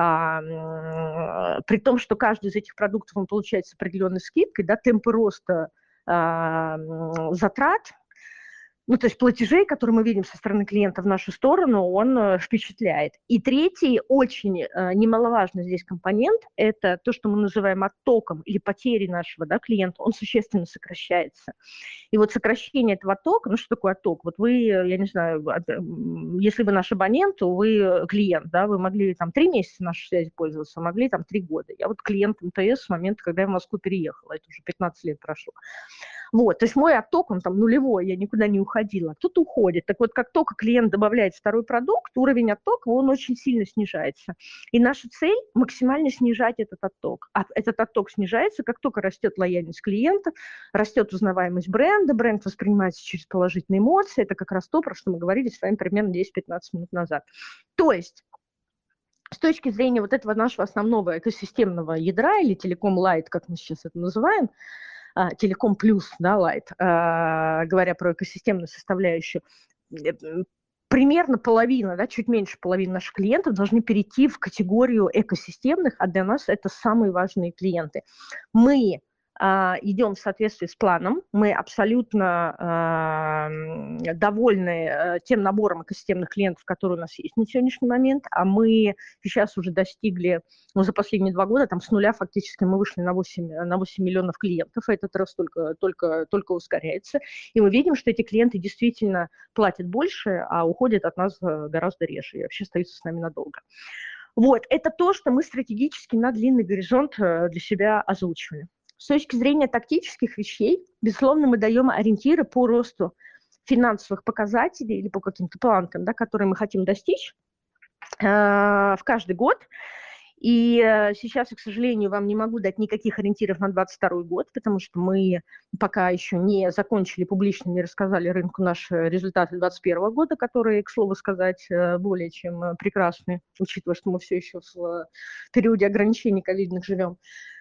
а, при том, что каждый из этих продуктов он получает с определенной скидкой, да, темпы роста а, затрат, ну, то есть платежей, которые мы видим со стороны клиента в нашу сторону, он э, впечатляет. И третий, очень э, немаловажный здесь компонент, это то, что мы называем оттоком или потерей нашего, да, клиента, он существенно сокращается. И вот сокращение этого оттока, ну, что такое отток? Вот вы, я не знаю, если вы наш абонент, то вы клиент, да, вы могли там три месяца нашей связи пользоваться, могли там три года. Я вот клиент МТС с момента, когда я в Москву переехала, это уже пятнадцать лет прошло. Вот, то есть мой отток, он там нулевой, я никуда не уходила, кто-то уходит. Так вот, как только клиент добавляет второй продукт, уровень оттока, он очень сильно снижается. И наша цель – максимально снижать этот отток. А этот отток снижается, как только растет лояльность клиента, растет узнаваемость бренда, бренд воспринимается через положительные эмоции. Это как раз то, про что мы говорили с вами примерно десять-пятнадцать минут назад. То есть с точки зрения вот этого нашего основного экосистемного ядра, или телеком лайт, как мы сейчас это называем, телеком плюс, да, лайт, говоря про экосистемную составляющую, примерно половина, да, чуть меньше половины наших клиентов должны перейти в категорию экосистемных, а для нас это самые важные клиенты. Мы идем в соответствии с планом, мы абсолютно э, довольны э, тем набором экосистемных клиентов, которые у нас есть на сегодняшний момент, а мы сейчас уже достигли, ну, за последние два года, там с нуля фактически мы вышли на восемь, на восемь миллионов клиентов, и этот рост только, только, только ускоряется, и мы видим, что эти клиенты действительно платят больше, а уходят от нас гораздо реже, и вообще остаются с нами надолго. Вот, это то, что мы стратегически на длинный горизонт для себя озвучивали. С точки зрения тактических вещей, безусловно, мы даем ориентиры по росту финансовых показателей или по каким-то планкам, да, которые мы хотим достичь э, в каждый год. И э, сейчас, к сожалению, вам не могу дать никаких ориентиров на двадцать второй год, потому что мы пока еще не закончили публично, не рассказали рынку наши результаты двадцать первого года, которые, к слову сказать, более чем прекрасны, учитывая, что мы все еще в периоде ограничений ковидных живем.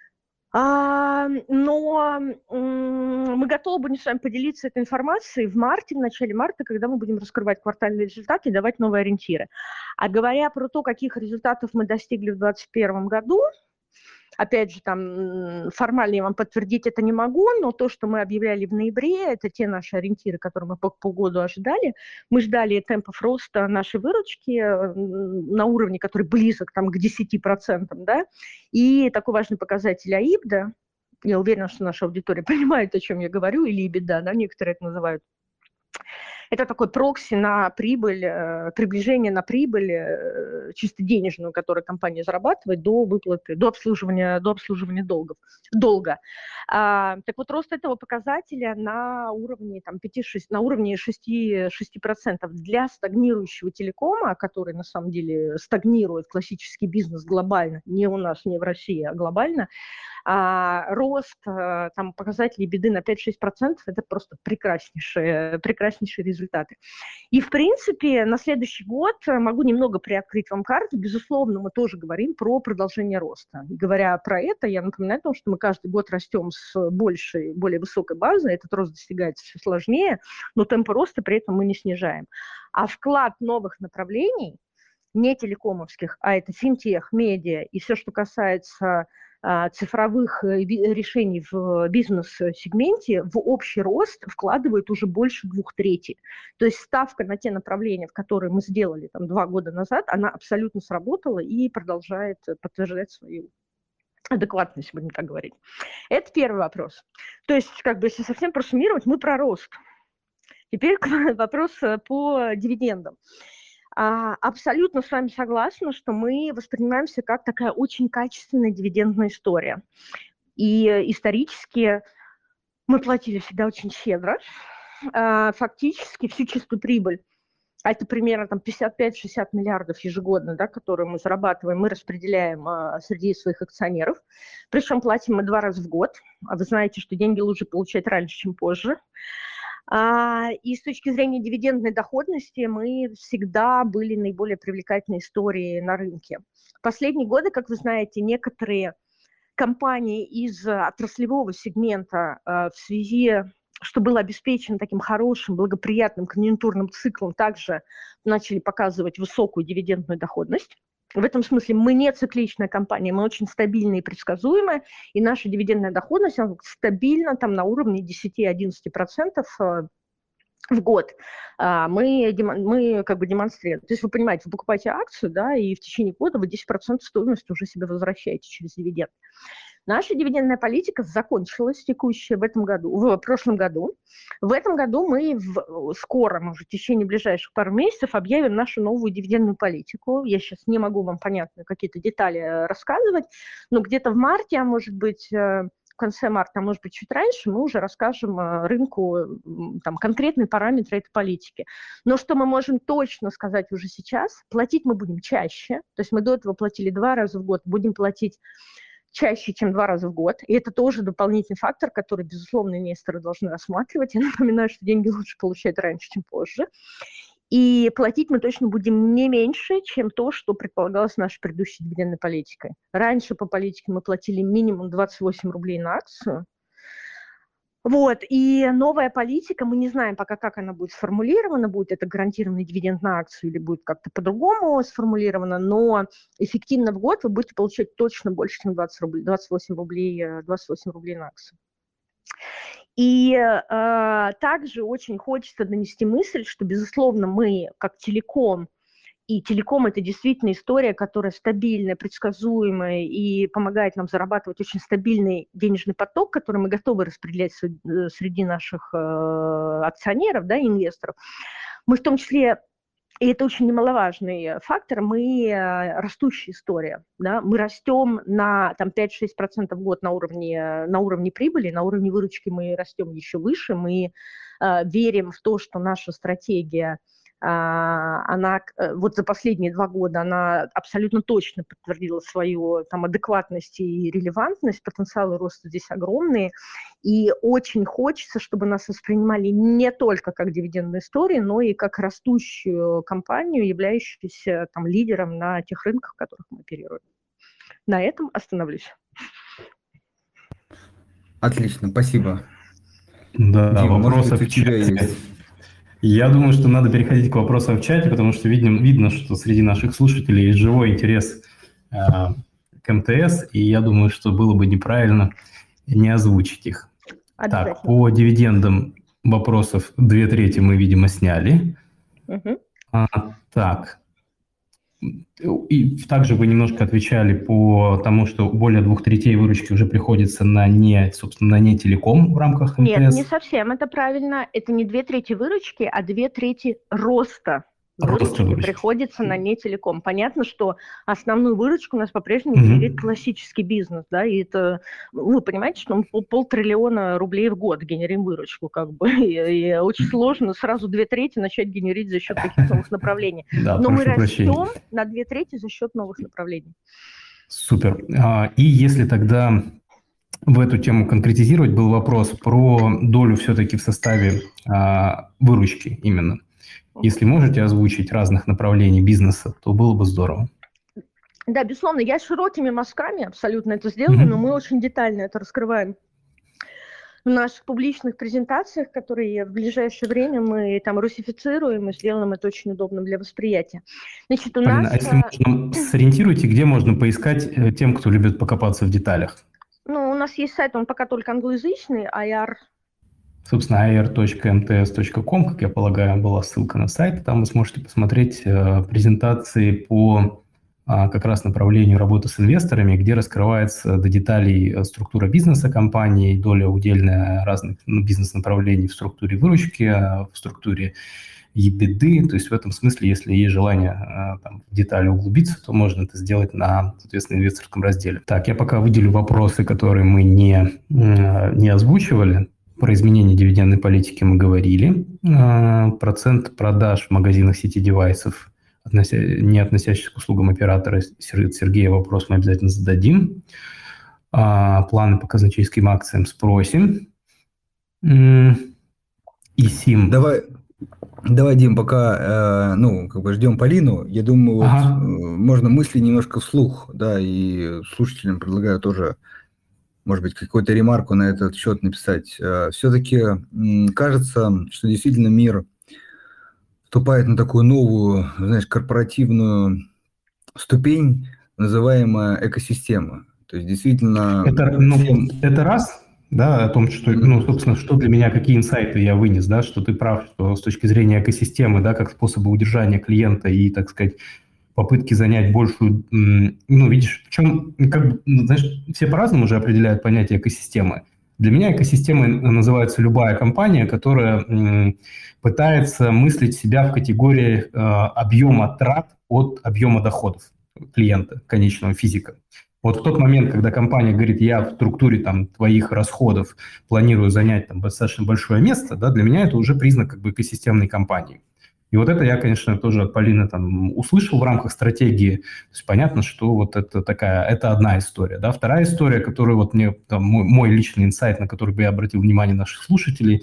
А, но м, мы готовы будем с вами поделиться этой информацией в марте, в начале марта, когда мы будем раскрывать квартальные результаты и давать новые ориентиры. А говоря про то, каких результатов мы достигли в двадцать первом году, опять же, там формально я вам подтвердить это не могу, но то, что мы объявляли в ноябре, это те наши ориентиры, которые мы по полгода ожидали. Мы ждали темпов роста нашей выручки на уровне, который близок там, к десяти процентам, да, и такой важный показатель АИБДа, я уверена, что наша аудитория понимает, о чем я говорю, или EBITDA, да, некоторые это называют. Это такой прокси на прибыль, приближение на прибыль, чисто денежную, которую компания зарабатывает, до выплаты, до обслуживания, до обслуживания долгов, долга. А, так вот, рост этого показателя на уровне, там, пять-шесть, на уровне шесть процентов для стагнирующего телекома, который на самом деле стагнирует классический бизнес глобально, не у нас, не в России, а глобально, а рост там, показателей беды на пять-шесть процентов – это просто прекраснейшие, прекраснейшие результаты. И, в принципе, на следующий год могу немного приоткрыть вам карту. Безусловно, мы тоже говорим про продолжение роста. И говоря про это, я напоминаю о том, что мы каждый год растем с большей, более высокой базы. Этот рост достигается все сложнее, но темпы роста при этом мы не снижаем. А вклад новых направлений, не телекомовских, а это финтех, медиа и все, что касается цифровых решений в бизнес-сегменте, в общий рост вкладывает уже больше двух третей. То есть ставка на те направления, в которые мы сделали там, два года назад, она абсолютно сработала и продолжает подтверждать свою адекватность, будем так говорить. Это первый вопрос. То есть, как бы, если совсем просуммировать, мы про рост. Теперь вопрос по дивидендам. Абсолютно с вами согласна, что мы воспринимаемся как такая очень качественная дивидендная история. И исторически мы платили всегда очень щедро. Фактически всю чистую прибыль, а это примерно там, пятьдесят пять-шестьдесят миллиардов ежегодно, да, которые мы зарабатываем, мы распределяем а, среди своих акционеров. Причем платим мы два раза в год. А вы знаете, что деньги лучше получать раньше, чем позже. И с точки зрения дивидендной доходности мы всегда были наиболее привлекательной историей на рынке. В последние годы, как вы знаете, некоторые компании из отраслевого сегмента в связи, что было обеспечено таким хорошим, благоприятным конъюнктурным циклом, также начали показывать высокую дивидендную доходность. В этом смысле мы не цикличная компания, мы очень стабильная и предсказуемая, и наша дивидендная доходность она стабильна там, на уровне десять-одиннадцать процентов в год. Мы, мы как бы демонстрируем. То есть вы понимаете, вы покупаете акцию, да, и в течение года вы десять процентов стоимости уже себе возвращаете через дивиденд. Наша дивидендная политика закончилась текущая в этом году, в прошлом году. В этом году мы в, скоро, может, в течение ближайших пару месяцев объявим нашу новую дивидендную политику. Я сейчас не могу вам, понятно, какие-то детали рассказывать, но где-то в марте, а может быть, в конце марта, а может быть, чуть раньше, мы уже расскажем рынку там, конкретные параметры этой политики. Но что мы можем точно сказать уже сейчас, платить мы будем чаще. То есть мы до этого платили два раза в год, будем платить чаще, чем два раза в год. И это тоже дополнительный фактор, который, безусловно, инвесторы должны рассматривать. Я напоминаю, что деньги лучше получать раньше, чем позже. И платить мы точно будем не меньше, чем то, что предполагалось нашей предыдущей дивидендной политикой. Раньше по политике мы платили минимум двадцать восемь рублей на акцию. Вот, и новая политика, мы не знаем пока, как она будет сформулирована, будет это гарантированный дивиденд на акцию или будет как-то по-другому сформулировано, но эффективно в год вы будете получать точно больше, чем двадцать рублей, двадцать восемь рублей, двадцать восемь рублей на акцию. И э, также очень хочется донести мысль, что, безусловно, мы, как телеком, и телеком – это действительно история, которая стабильная, предсказуемая и помогает нам зарабатывать очень стабильный денежный поток, который мы готовы распределять среди наших э, акционеров, да, инвесторов. Мы в том числе, и это очень немаловажный фактор, мы э, растущая история. Да? Мы растем на там, пять-шесть процентов в год на уровне, на уровне прибыли, на уровне выручки мы растем еще выше. Мы э, верим в то, что наша стратегия, она вот за последние два года она абсолютно точно подтвердила свою там, адекватность и релевантность, потенциалы роста здесь огромные, и очень хочется, чтобы нас воспринимали не только как дивидендную историю, но и как растущую компанию, являющуюся там, лидером на тех рынках, в которых мы оперируем. На этом остановлюсь. Отлично, спасибо. Да, Дима, вопросы может быть, у тебя есть? Я думаю, что надо переходить к вопросам в чате, потому что видим, видно, что среди наших слушателей есть живой интерес э, к эм тэ эс, и я думаю, что было бы неправильно не озвучить их. Так, по дивидендам вопросов две трети мы, видимо, сняли. Угу. А, так, И также вы немножко отвечали по тому, что более двух третей выручки уже приходится на не, собственно, на не телеком в рамках МТС. Нет, не совсем это правильно. Это не две трети выручки, а две трети роста. Выручки приходится на не телеком. Понятно, что основную выручку у нас по-прежнему mm-hmm. генерит классический бизнес, да, и это, вы понимаете, что мы пол, полтриллиона рублей в год генерим выручку, как бы, и, и очень сложно сразу две трети начать генерить за счет каких-то новых направлений. Но мы растем на две трети за счет новых направлений. Супер. И если тогда в эту тему конкретизировать, был вопрос про долю все-таки в составе выручки именно. Если можете озвучить разных направлений бизнеса, то было бы здорово. Да, безусловно, я широкими мазками абсолютно это сделала, mm-hmm. но мы очень детально это раскрываем в наших публичных презентациях, которые в ближайшее время мы там русифицируем и сделаем это очень удобным для восприятия. Значит, у Полина, нас... А если можно, сориентируйте, где можно поискать тем, кто любит покопаться в деталях? Ну, у нас есть сайт, он пока только англоязычный, ай ар. Собственно, ай ар точка эм тэ эс точка ком, как я полагаю, была ссылка на сайт. Там вы сможете посмотреть э, презентации по э, как раз направлению работы с инвесторами, где раскрывается до деталей структура бизнеса компании, доля удельная разных ну, бизнес-направлений в структуре выручки, в структуре ебиды. То есть в этом смысле, если есть желание э, там, в детали углубиться, то можно это сделать на, соответственно, инвесторском разделе. Так, я пока выделю вопросы, которые мы не, э, не озвучивали. Про изменение дивидендной политики мы говорили. Процент продаж в магазинах сети девайсов, относя... не относящихся к услугам оператора, Сергея вопрос мы обязательно зададим. Планы по казначейским акциям спросим. И СИМ. Давай, давай, Дим, пока ну, как бы ждем Полину. Я думаю, ага. вот, можно мысли немножко вслух, да, и слушателям предлагаю тоже, может быть, какую-то ремарку на этот счет написать. Все-таки кажется, что действительно мир вступает на такую новую, знаешь, корпоративную ступень, называемая экосистема. То есть действительно... Это, ну, всем... это раз, да, о том, что, ну, собственно, что для меня, какие инсайты я вынес, да, что ты прав, что с точки зрения экосистемы, да, как способа удержания клиента и, так сказать, попытки занять большую, ну, видишь, в чем, как бы, знаешь, все по-разному уже определяют понятие экосистемы. Для меня экосистемой называется любая компания, которая м, пытается мыслить себя в категории э, объема трат от объема доходов клиента, конечного физика. Вот в тот момент, когда компания говорит, я в структуре там, твоих расходов планирую занять там, достаточно большое место, да, для меня это уже признак как бы экосистемной компании. И вот это я, конечно, тоже от Полины там услышал в рамках стратегии. То есть понятно, что вот это такая, это одна история. Да? Вторая история, которую вот мне, там, мой, мой личный инсайт, на который бы я обратил внимание наших слушателей,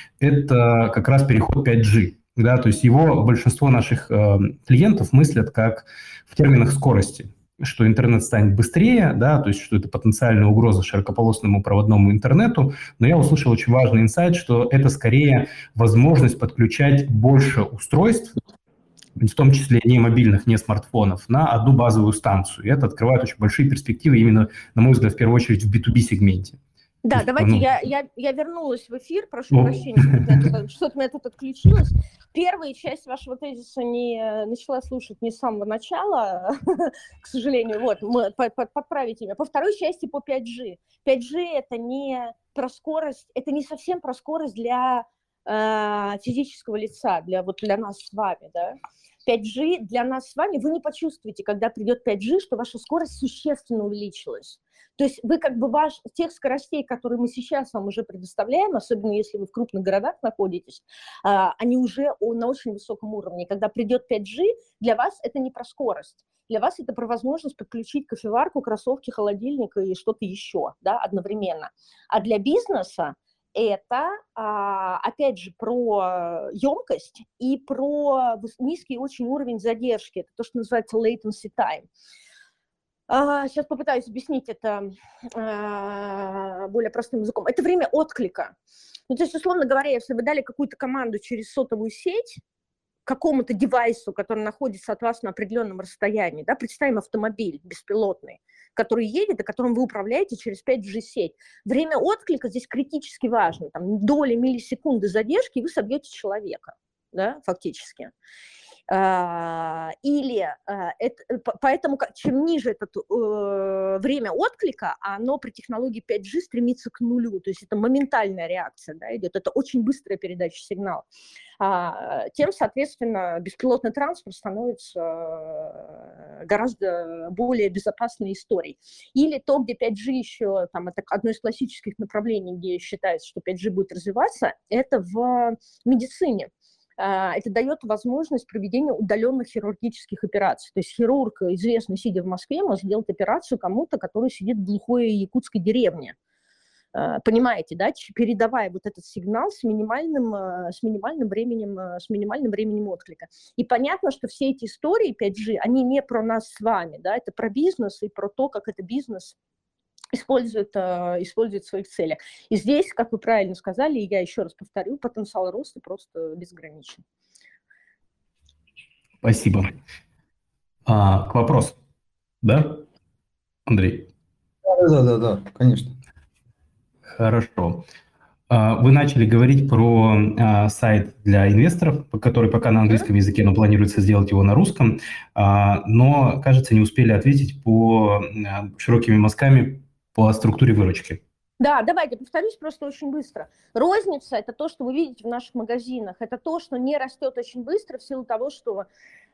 это как раз переход пять джи. Да? То есть его большинство наших э, клиентов мыслят как в терминах скорости, что интернет станет быстрее, да, то есть что это потенциальная угроза широкополосному проводному интернету, но я услышал очень важный инсайт, что это скорее возможность подключать больше устройств, в том числе не мобильных, не смартфонов, на одну базовую станцию. И это открывает очень большие перспективы именно, на мой взгляд, в первую очередь в би ту би сегменте. Да, есть, давайте, ну... я, я, я вернулась в эфир, прошу О. прощения, что-то у меня тут отключилось. Первая часть вашего тезиса не начала слушать не с самого начала, к сожалению, вот, мы, подправите меня. По второй части по пять джи. пять джи это не про скорость, это не совсем про скорость для э, физического лица, для, вот для нас с вами, да. пять джи для нас с вами, вы не почувствуете, когда придет пять джи, что ваша скорость существенно увеличилась. То есть вы как бы ваш, тех скоростей, которые мы сейчас вам уже предоставляем, особенно если вы в крупных городах находитесь, они уже на очень высоком уровне. Когда придет пять джи, для вас это не про скорость. Для вас это про возможность подключить кофеварку, кроссовки, холодильник и что-то еще, да, одновременно. А для бизнеса это, опять же, про емкость и про низкий очень уровень задержки. Это то, что называется latency time. Сейчас попытаюсь объяснить это более простым языком. Это время отклика. Ну, то есть, условно говоря, если вы дали какую-то команду через сотовую сеть какому-то девайсу, который находится от вас на определенном расстоянии, да, представим автомобиль беспилотный, который едет, и которым вы управляете через пять джи сеть. Время отклика здесь критически важно. Там доли миллисекунды задержки, и вы собьете человека, да, фактически. Или это, поэтому чем ниже это время отклика, оно при технологии пять джи стремится к нулю, то есть это моментальная реакция, да, идет, это очень быстрая передача сигнала. Тем, соответственно, беспилотный транспорт становится гораздо более безопасной историей. Или то, где пять джи еще, там, это одно из классических направлений, где считается, что пять джи будет развиваться, это в медицине. Это дает возможность проведения удаленных хирургических операций. То есть хирург, известный, сидя в Москве, может сделать операцию кому-то, который сидит в глухой якутской деревне. Понимаете, да, передавая вот этот сигнал с минимальным, с минимальным временем, с минимальным временем отклика. И понятно, что все эти истории пять джи, они не про нас с вами, да, это про бизнес и про то, как это бизнес использует, использует в своих целях. И здесь, как вы правильно сказали, и я еще раз повторю, потенциал роста просто безграничен. Спасибо. А, к вопросу, да, Андрей? Да, да, да, конечно. Хорошо. Вы начали говорить про а, сайт для инвесторов, который пока на английском языке, но планируется сделать его на русском, а, но, кажется, не успели ответить по а, широкими мазками по структуре выручки. Да, давайте, повторюсь просто очень быстро. Розница – это то, что вы видите в наших магазинах, это то, что не растет очень быстро в силу того, что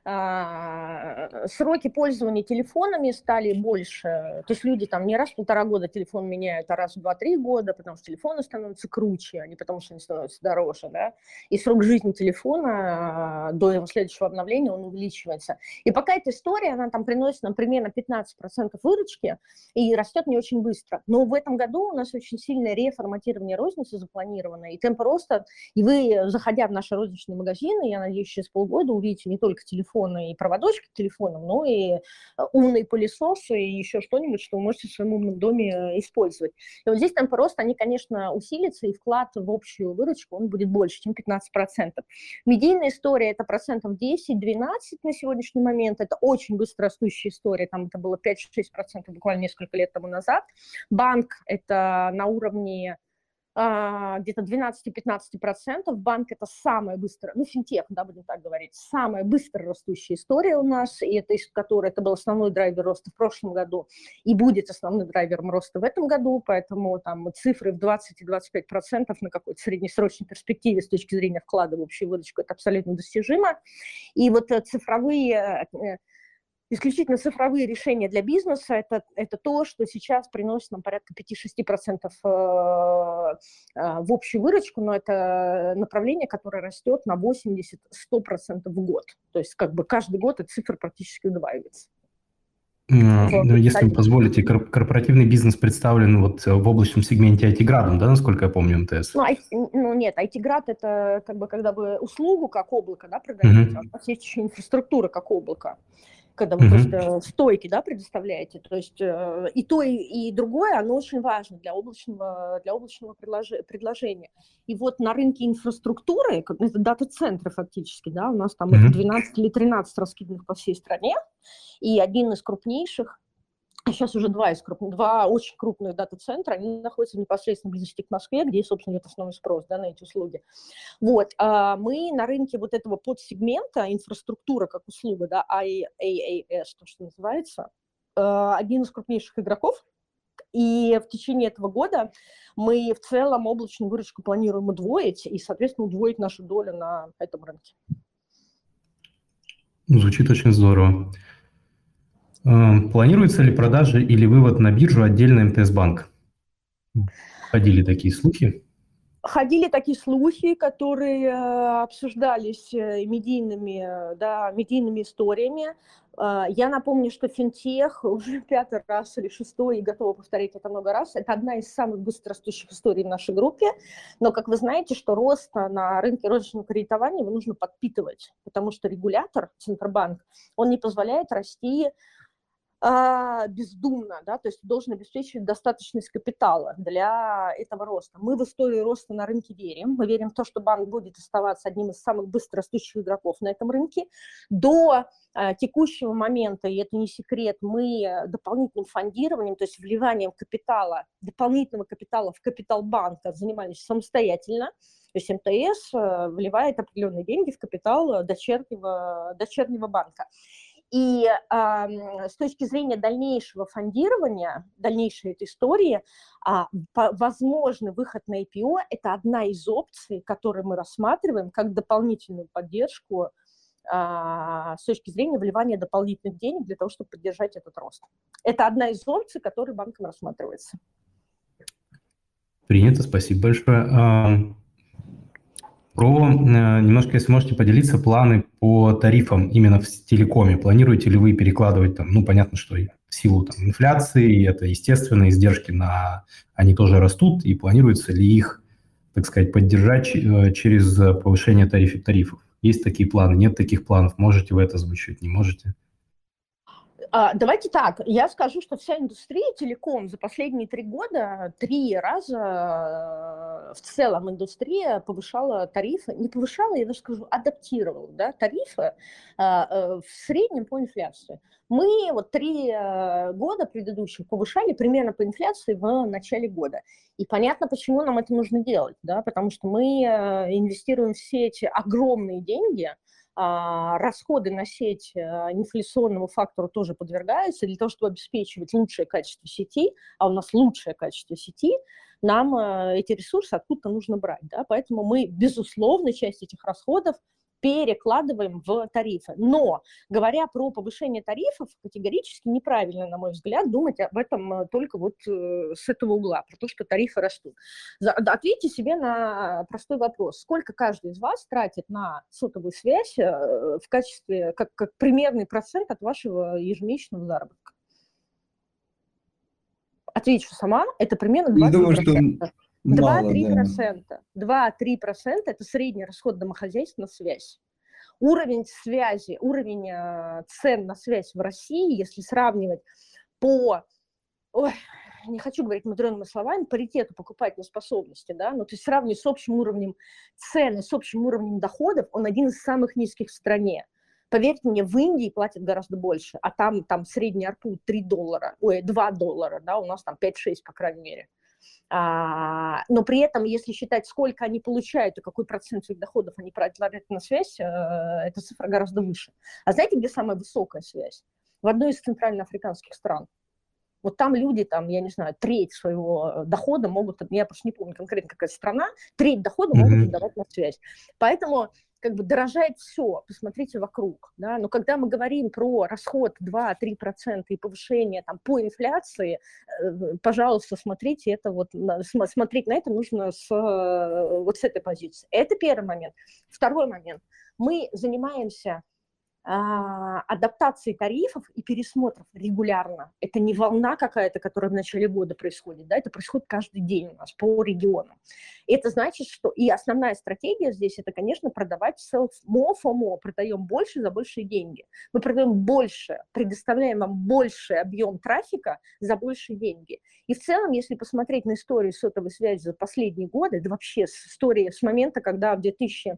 э, сроки пользования телефонами стали больше. То есть люди там не раз в полтора года телефон меняют, а раз в два-три года, потому что телефоны становятся круче, а не потому что они становятся дороже, да. И срок жизни телефона э, до его следующего обновления он увеличивается. И пока эта история, она там приносит нам примерно пятнадцать процентов выручки и растет не очень быстро. Но в этом году у нас очень сильное реформатирование розницы запланировано, и темп роста, и вы, заходя в наши розничные магазины, я надеюсь, через полгода увидите не только телефоны и проводочки к телефонам, но и умные пылесосы и еще что-нибудь, что вы можете в своем умном доме использовать. И вот здесь темп роста, они, конечно, усилятся, и вклад в общую выручку, он будет больше, чем пятнадцать процентов. Медийная история – это процентов десять-двенадцать на сегодняшний момент, это очень быстро растущая история, там это было пять-шесть процентов буквально несколько лет тому назад. Банк – это на уровне а, где-то двенадцать-пятнадцать процентов. Банк – это самая быстрая, ну, финтех, да, будем так говорить, самая быстро растущая история у нас, и это, которая, это был основной драйвер роста в прошлом году, и будет основным драйвером роста в этом году, поэтому там цифры в двадцать-двадцать пять процентов на какой-то среднесрочной перспективе с точки зрения вклада в общую выручку – это абсолютно достижимо. И вот цифровые... Исключительно цифровые решения для бизнеса это, – это то, что сейчас приносит нам порядка пять-шесть процентов в общую выручку, но это направление, которое растет на восемьдесят-сто процентов в год. То есть как бы каждый год эта цифра практически удваивается. Ну, если вы позволите, корпоративный бизнес представлен вот в облачном сегменте ай ти-градом, да, насколько я помню, эм тэ эс? Ну, ну нет, ай ти-град – это как бы когда вы услугу как облако, да, продаете, uh-huh. а у вас есть еще инфраструктура как облако, когда вы uh-huh. просто стойки, да, предоставляете. То есть э, и то, и, и другое, оно очень важно для облачного, для облачного предложи, предложения. И вот на рынке инфраструктуры, как, это дата-центры фактически, да, у нас там uh-huh. двенадцать или тринадцать раскиданных по всей стране, и один из крупнейших, а сейчас уже два из крупных, два очень крупных дата-центра, они находятся в непосредственной близости к Москве, где, собственно, идет основной спрос, да, на эти услуги. Вот, а мы на рынке вот этого подсегмента, инфраструктура как услуга, да, ай эй эс, то, что называется, один из крупнейших игроков, и в течение этого года мы в целом облачную выручку планируем удвоить, и, соответственно, удвоить нашу долю на этом рынке. Звучит очень здорово. Планируется ли продажа или вывод на биржу отдельно эм тэ эс-банк? Ходили такие слухи? Ходили такие слухи, которые обсуждались медийными, да, медийными историями. Я напомню, что финтех уже пятый раз или шестой, и готова повторить это много раз, это одна из самых быстрорастущих историй в нашей группе. Но, как вы знаете, что рост на рынке розничного кредитования его нужно подпитывать, потому что регулятор, Центробанк, он не позволяет расти а, бездумно, да, то есть должен обеспечивать достаточность капитала для этого роста. Мы в историю роста на рынке верим. Мы верим в то, что банк будет оставаться одним из самых быстрорастущих игроков на этом рынке. До а, текущего момента, и это не секрет, мы дополнительным фондированием, то есть вливанием капитала, дополнительного капитала в капитал банка занимались самостоятельно. То есть МТС вливает определенные деньги в капитал дочернего, дочернего банка. И э, с точки зрения дальнейшего фондирования, дальнейшей этой истории, э, по, возможный выход на ай пи о – это одна из опций, которые мы рассматриваем как дополнительную поддержку э, с точки зрения вливания дополнительных денег для того, чтобы поддержать этот рост. Это одна из опций, которая банком рассматривается. Принято, спасибо большое. Про, немножко, если можете поделиться, планы по тарифам именно в телекоме. Планируете ли вы перекладывать там, ну, понятно, что в силу там, инфляции, это естественно, издержки на, они тоже растут, и планируется ли их, так сказать, поддержать через повышение тариф, тарифов? Есть такие планы, нет таких планов? Можете вы это озвучивать, не можете? Давайте так, я скажу, что вся индустрия телеком за последние три года три раза в целом индустрия повышала тарифы, не повышала, я даже скажу, адаптировала, да, тарифы в среднем по инфляции. Мы вот три года предыдущих повышали примерно по инфляции в начале года. И понятно, почему нам это нужно делать, да, потому что мы инвестируем в сеть огромные деньги, расходы на сеть инфляционному фактору тоже подвергаются. Для того, чтобы обеспечивать лучшее качество сети, а у нас лучшее качество сети, нам эти ресурсы откуда-то нужно брать. Да? Поэтому мы, безусловно, часть этих расходов перекладываем в тарифы. Но, говоря про повышение тарифов, категорически неправильно, на мой взгляд, думать об этом только вот с этого угла, про то, что тарифы растут. Ответьте себе на простой вопрос. Сколько каждый из вас тратит на сотовую связь в качестве, как, как примерный процент от вашего ежемесячного заработка? Отвечу сама, это примерно два-три процента. два-три процента. два-три процента – это средний расход домохозяйств на связь. Уровень связи, уровень э, цен на связь в России, если сравнивать по, ой, не хочу говорить мудреными словами, паритету покупательной способности, да, но то есть сравнивать с общим уровнем цен, с общим уровнем доходов, он один из самых низких в стране. Поверьте мне, в Индии платят гораздо больше, а там, там средний арпу три доллара, ой, два доллара, да, у нас там пять-шесть, по крайней мере. А, но при этом, если считать, сколько они получают и какой процент своих доходов они тратят на связь, эта цифра гораздо выше. А знаете, где самая высокая связь? В одной из центральноафриканских стран. Вот там люди, там, я не знаю, треть своего дохода могут, я просто не помню конкретно какая страна, треть дохода могут mm-hmm. отдавать на связь. Поэтому как бы дорожает все, посмотрите вокруг. Да? Но когда мы говорим про расход два-три процента и повышение там, по инфляции, э, пожалуйста, смотрите это вот, смотреть на это нужно с, вот с этой позиции. Это первый момент. Второй момент. Мы занимаемся адаптации тарифов и пересмотров регулярно. Это не волна какая-то, которая в начале года происходит, да, это происходит каждый день у нас по регионам. Это значит, что и основная стратегия здесь, это, конечно, продавать мо-фо-мо, продаем больше за большие деньги. Мы продаем больше, предоставляем вам больший объем трафика за большие деньги. И в целом, если посмотреть на историю сотовой связи за последние годы, да вообще история с момента, когда в две тысячи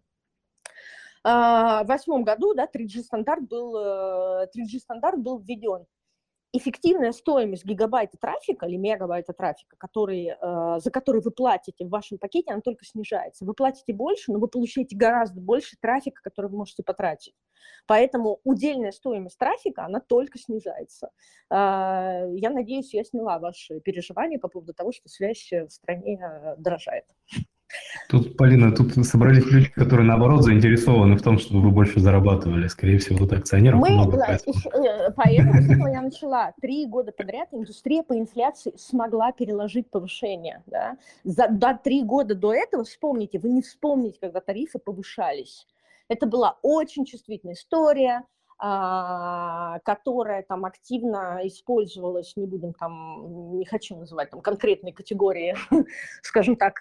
восьмом году, да, три джи стандарт был, три джи стандарт был введен. Эффективная стоимость гигабайта трафика или мегабайта трафика, который, за который вы платите в вашем пакете, она только снижается. Вы платите больше, но вы получаете гораздо больше трафика, который вы можете потратить. Поэтому удельная стоимость трафика, она только снижается. Я надеюсь, я сняла ваши переживания по поводу того, что связь в стране дорожает. Тут, Полина, тут собрались люди, которые, наоборот, заинтересованы в том, чтобы вы больше зарабатывали. Скорее всего, тут акционеров Мы, много. Поэтому, поэтому с этого я начала. Три года подряд индустрия по инфляции смогла переложить повышение. Да? За да, три года до этого, вспомните, вы не вспомните, когда тарифы повышались. Это была очень чувствительная история. которая там активно использовалась, не будем там, не хочу называть там конкретные категории, скажем так,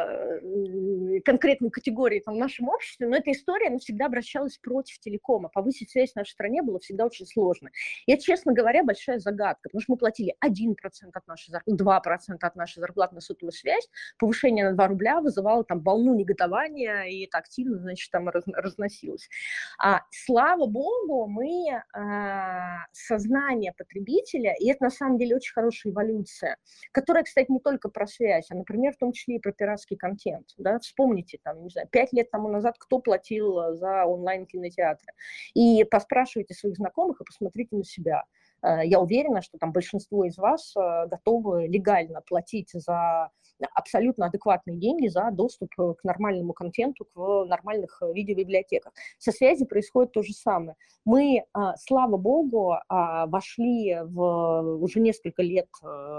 конкретные категории там в нашем обществе, но эта история, она всегда обращалась против телекома. Повысить связь в нашей стране было всегда очень сложно. И это, честно говоря, большая загадка, потому что мы платили один процент от нашей зарплаты, два процента от нашей зарплаты на сотовую связь, повышение на два рубля вызывало там волну негодования, и это активно, значит, там раз, разносилось. А, слава богу, мы э, сознание потребителя, и это на самом деле очень хорошая эволюция, которая, кстати, не только про связь, а, например, в том числе и про пиратский контент. Да? Вспомните, там, не знаю, пять лет тому назад, кто платил за онлайн-кинотеатры. И поспрашивайте своих знакомых и посмотрите на себя. Я уверена, что там большинство из вас готовы легально платить за абсолютно адекватные деньги за доступ к нормальному контенту, к нормальных видеобиблиотеках. Со связью происходит то же самое. Мы, слава богу, вошли в, уже несколько лет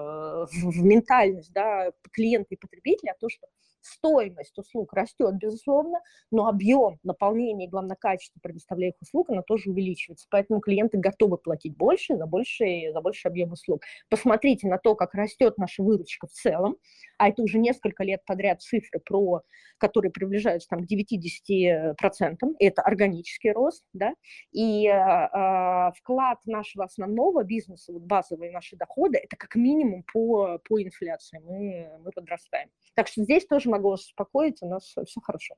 в ментальность, да, клиента и потребителя, то, что стоимость услуг растет, безусловно, но объем наполнения и, главное, качество предоставляемых услуг, оно тоже увеличивается. Поэтому клиенты готовы платить больше за больший, за больший объем услуг. Посмотрите на то, как растет наша выручка в целом, а это уже несколько лет подряд цифры, про, которые приближаются там, к девяти-десяти процентам, это органический рост, да, и э, вклад нашего основного бизнеса, вот базовые наши доходы, это как минимум по, по инфляции, мы, мы подрастаем. Так что здесь тоже могу вас успокоить, у нас все хорошо.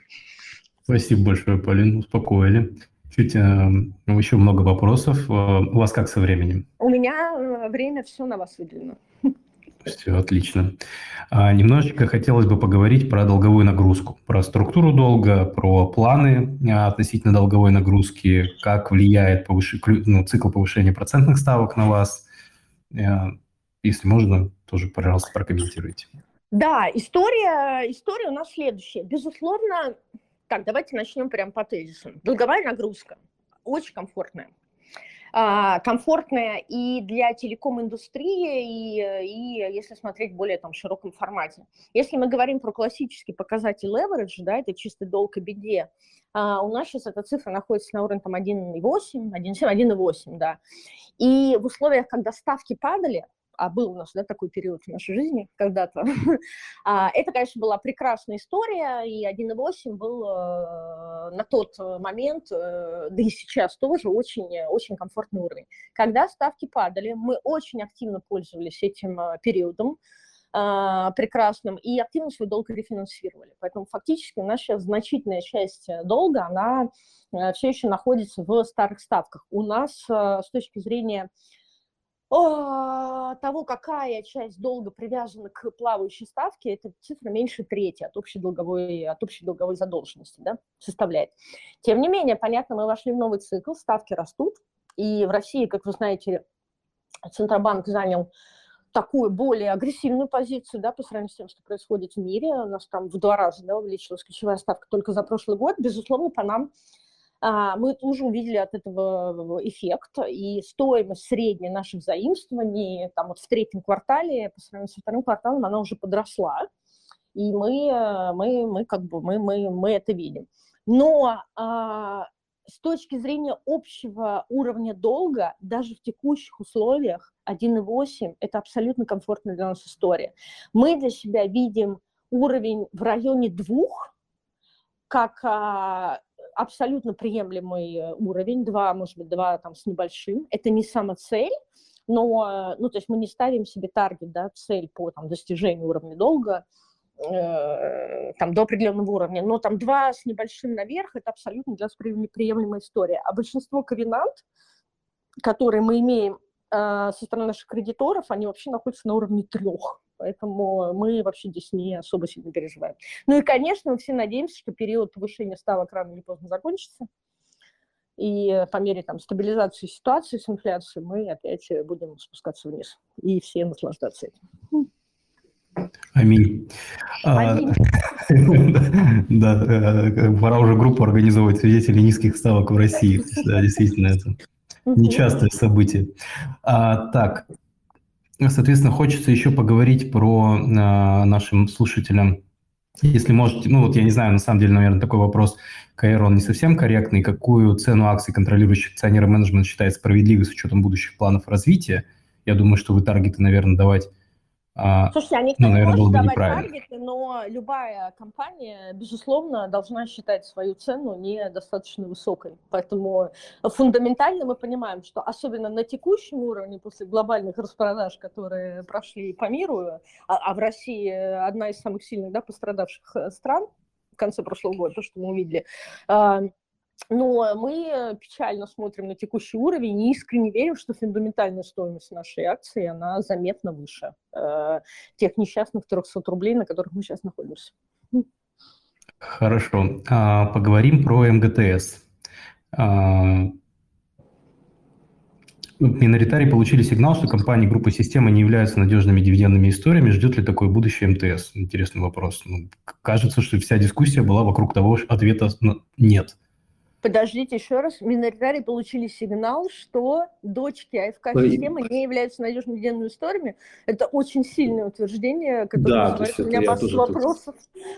Спасибо большое, Полина, успокоили. Чуть э, еще много вопросов. У вас как со временем? У меня время все на вас выделено. Все отлично. А, немножечко хотелось бы поговорить про долговую нагрузку, про структуру долга, про планы а, относительно долговой нагрузки, как влияет повыш... ну, цикл повышения процентных ставок на вас. А, если можно, тоже, пожалуйста, прокомментируйте. Да, история, история у нас следующая. Безусловно, так, давайте начнем прямо по тезисам. Долговая нагрузка очень комфортная. А, комфортная и для телеком-индустрии, и, и если смотреть в более там, широком формате. Если мы говорим про классический показатель leverage, да, это чистый долг к беде, а, у нас сейчас эта цифра находится на уровне там, один и восемь, один и семь, один и восемь, да. И в условиях, когда ставки падали, а был у нас, да, такой период в нашей жизни когда-то. Это, конечно, была прекрасная история, и один и восемь был на тот момент, да и сейчас тоже, очень, очень комфортный уровень. Когда ставки падали, мы очень активно пользовались этим периодом прекрасным и активно свой долг рефинансировали. Поэтому фактически у нас сейчас значительная часть долга, она все еще находится в старых ставках. У нас с точки зрения того, какая часть долга привязана к плавающей ставке, эта цифра меньше трети от общей долговой, от общей долговой задолженности, да, составляет. Тем не менее, понятно, мы вошли в новый цикл, ставки растут, и в России, как вы знаете, Центробанк занял такую более агрессивную позицию, да, по сравнению с тем, что происходит в мире. У нас там в два раза, да, увеличилась ключевая ставка только за прошлый год. Безусловно, по нам мы тоже увидели от этого эффект, и стоимость средней наших заимствований там, вот в третьем квартале по сравнению со вторым кварталом она уже подросла, и мы, мы, мы, как бы, мы, мы, мы это видим. Но а, с точки зрения общего уровня долга, даже в текущих условиях один и восемь – это абсолютно комфортная для нас история. Мы для себя видим уровень в районе двух, как а, абсолютно приемлемый уровень, два, может быть, два там с небольшим. Это не самоцель, но, ну, то есть мы не ставим себе таргет, да, цель по там, достижению уровня долга э, там, до определенного уровня, но там два с небольшим наверх, это абсолютно для нас приемлемая история. А большинство ковенант, которые мы имеем э, со стороны наших кредиторов, они вообще находятся на уровне трех. Поэтому мы вообще здесь не особо сильно переживаем. Ну и, конечно, мы все надеемся, что период повышения ставок рано или поздно закончится. И по мере там, стабилизации ситуации с инфляцией мы опять будем спускаться вниз. И все наслаждаться этим. Аминь. Аминь. Да, пора уже группу организовывать свидетелей низких ставок в России. Да, действительно, это нечастое событие. Так. Соответственно, хочется еще поговорить про э, нашим слушателям Если можете, ну вот я не знаю, на самом деле, наверное, такой вопрос к Аэро, он не совсем корректный. Какую цену акций контролирующих акционеры менеджмент считает справедливой с учетом будущих планов развития? Я думаю, что вы таргеты, наверное, давать... Слушайте, а никто ну, не наверное, может было бы давать таргеты, но любая компания, безусловно, должна считать свою цену недостаточно высокой. Поэтому фундаментально мы понимаем, что особенно на текущем уровне, после глобальных распродаж, которые прошли по миру, а, а в России одна из самых сильных, да, пострадавших стран в конце прошлого года, то, что мы увидели, но мы печально смотрим на текущий уровень и искренне верим, что фундаментальная стоимость нашей акции, она заметно выше э, тех несчастных трехсот рублей, на которых мы сейчас находимся. Хорошо. А, поговорим про эм гэ тэ эс. А, миноритарии получили сигнал, что компании группы «Система» не являются надежными дивидендными историями. Ждет ли такое будущее эм тэ эс? Интересный вопрос. Ну, кажется, что вся дискуссия была вокруг того, что ответа нет. Подождите еще раз. Миноритарии получили сигнал, что дочки а эф ка-системы не являются надежными дивидендными историями. Это очень сильное утверждение, которое да, вызывает у меня массу вопросов.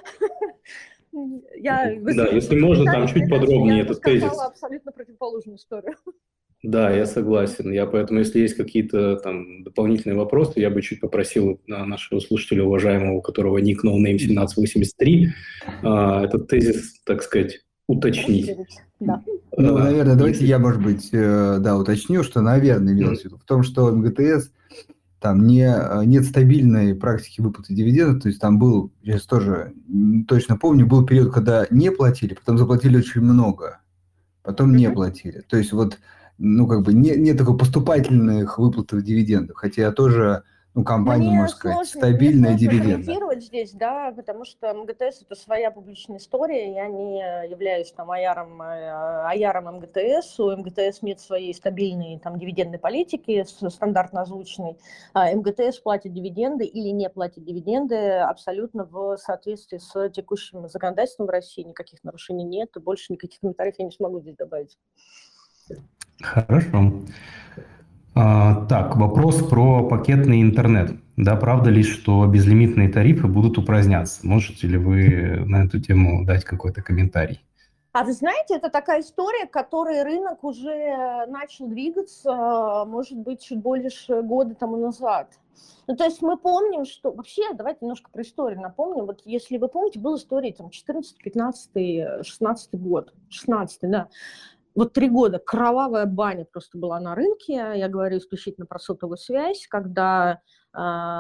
Я, да, если можно, там чуть подробнее этот тезис. Я рассказала абсолютно противоположную историю. Да, я согласен. Я поэтому, если есть какие-то там дополнительные вопросы, я бы чуть попросил нашего слушателя, уважаемого, у которого ник ноунейм семнадцать восемьдесят три, этот тезис, так сказать, уточнить. Да. Ну, наверное, давайте я, может быть, да, уточню, что, наверное, имелось в виду в том, что эм гэ тэ эс там не, нет стабильной практики выплаты дивидендов, то есть там был, я сейчас тоже точно помню, был период, когда не платили, потом заплатили очень много, потом не платили. То есть вот, ну, как бы нет, нет такой поступательных выплат дивидендов, хотя тоже... Ну, компания, мне можно сказать, сложно, стабильная дивидендная. комментировать здесь, да, потому что эм гэ тэ эс – это своя публичная история. Я не являюсь там аяром, аяром эм гэ тэ эс. У эм гэ тэ эс нет своей стабильной там дивидендной политики, стандартно озвученной. эм гэ тэ эс платит дивиденды или не платит дивиденды абсолютно в соответствии с текущим законодательством в России. Никаких нарушений нет, и больше никаких комментариев я не смогу здесь добавить. Хорошо. А, так, вопрос про пакетный интернет. Да, правда ли, что безлимитные тарифы будут упраздняться? Можете ли вы на эту тему дать какой-то комментарий? А вы знаете, это такая история, к которой рынок уже начал двигаться, может быть, чуть больше года тому назад. Ну, то есть мы помним, что... Вообще, давайте немножко про историю напомним. Вот если вы помните, была история там четырнадцатый, пятнадцатый, шестнадцатый год. шестнадцатый, да. Вот три года кровавая баня просто была на рынке, я говорю исключительно про сотовую связь, когда э,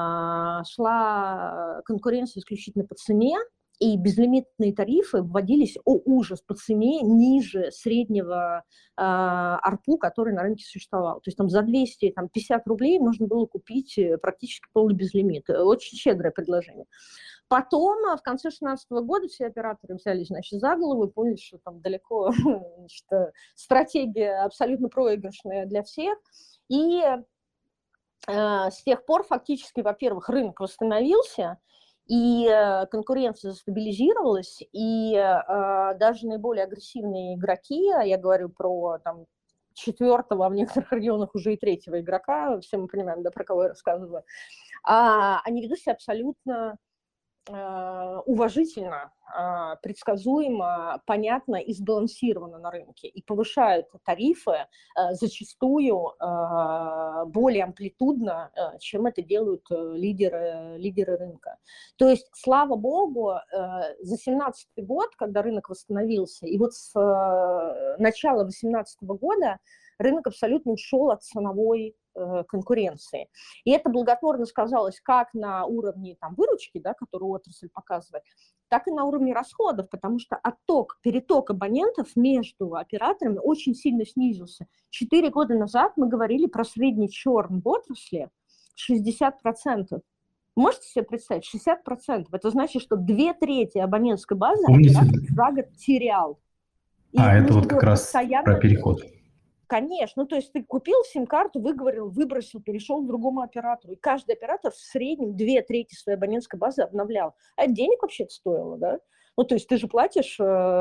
шла конкуренция исключительно по цене, и безлимитные тарифы вводились, о ужас, по цене ниже среднего э, АРПУ, который на рынке существовал. То есть там за двести пятьдесят рублей можно было купить практически полный безлимит. Очень щедрое предложение. Потом, в конце две тысячи шестнадцатого года, все операторы взялись, значит, за голову и поняли, что там далеко, значит, стратегия абсолютно проигрышная для всех. И э, с тех пор фактически, во-первых, рынок восстановился, и э, конкуренция застабилизировалась, и э, даже наиболее агрессивные игроки, я говорю про там, четвертого, а в некоторых регионах уже и третьего игрока, все мы понимаем, да, про кого я рассказываю, а, они ведут себя абсолютно уважительно, предсказуемо, понятно и сбалансированно на рынке и повышают тарифы зачастую более амплитудно, чем это делают лидеры, лидеры рынка. То есть, слава богу, за семнадцатый год, когда рынок восстановился, и вот с начала восемнадцатого года рынок абсолютно ушел от ценовой конкуренции. И это благотворно сказалось как на уровне там, выручки, да, которую отрасль показывает, так и на уровне расходов, потому что отток, переток абонентов между операторами очень сильно снизился. Четыре года назад мы говорили про средний черн в отрасли шестьдесят процентов. Можете себе представить? шестьдесят процентов. Это значит, что две трети абонентской базы оператор за год терял. И а, это вот как раз про переход. Конечно, ну то есть ты купил сим-карту, выговорил, выбросил, перешел к другому оператору. И каждый оператор в среднем две трети своей абонентской базы обновлял. А это денег вообще-то стоило, да? Ну, то есть ты же платишь,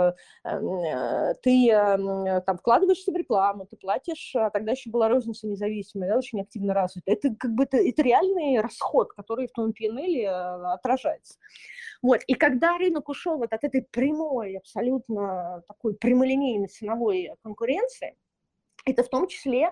ты там вкладываешься в рекламу, ты платишь, тогда еще была розница независимая, да, очень активно развита. Это как бы это, это реальный расход, который в твоем пи эн эл отражается. Вот. И когда рынок ушел вот от этой прямой, абсолютно такой прямолинейной ценовой конкуренции, это в том числе,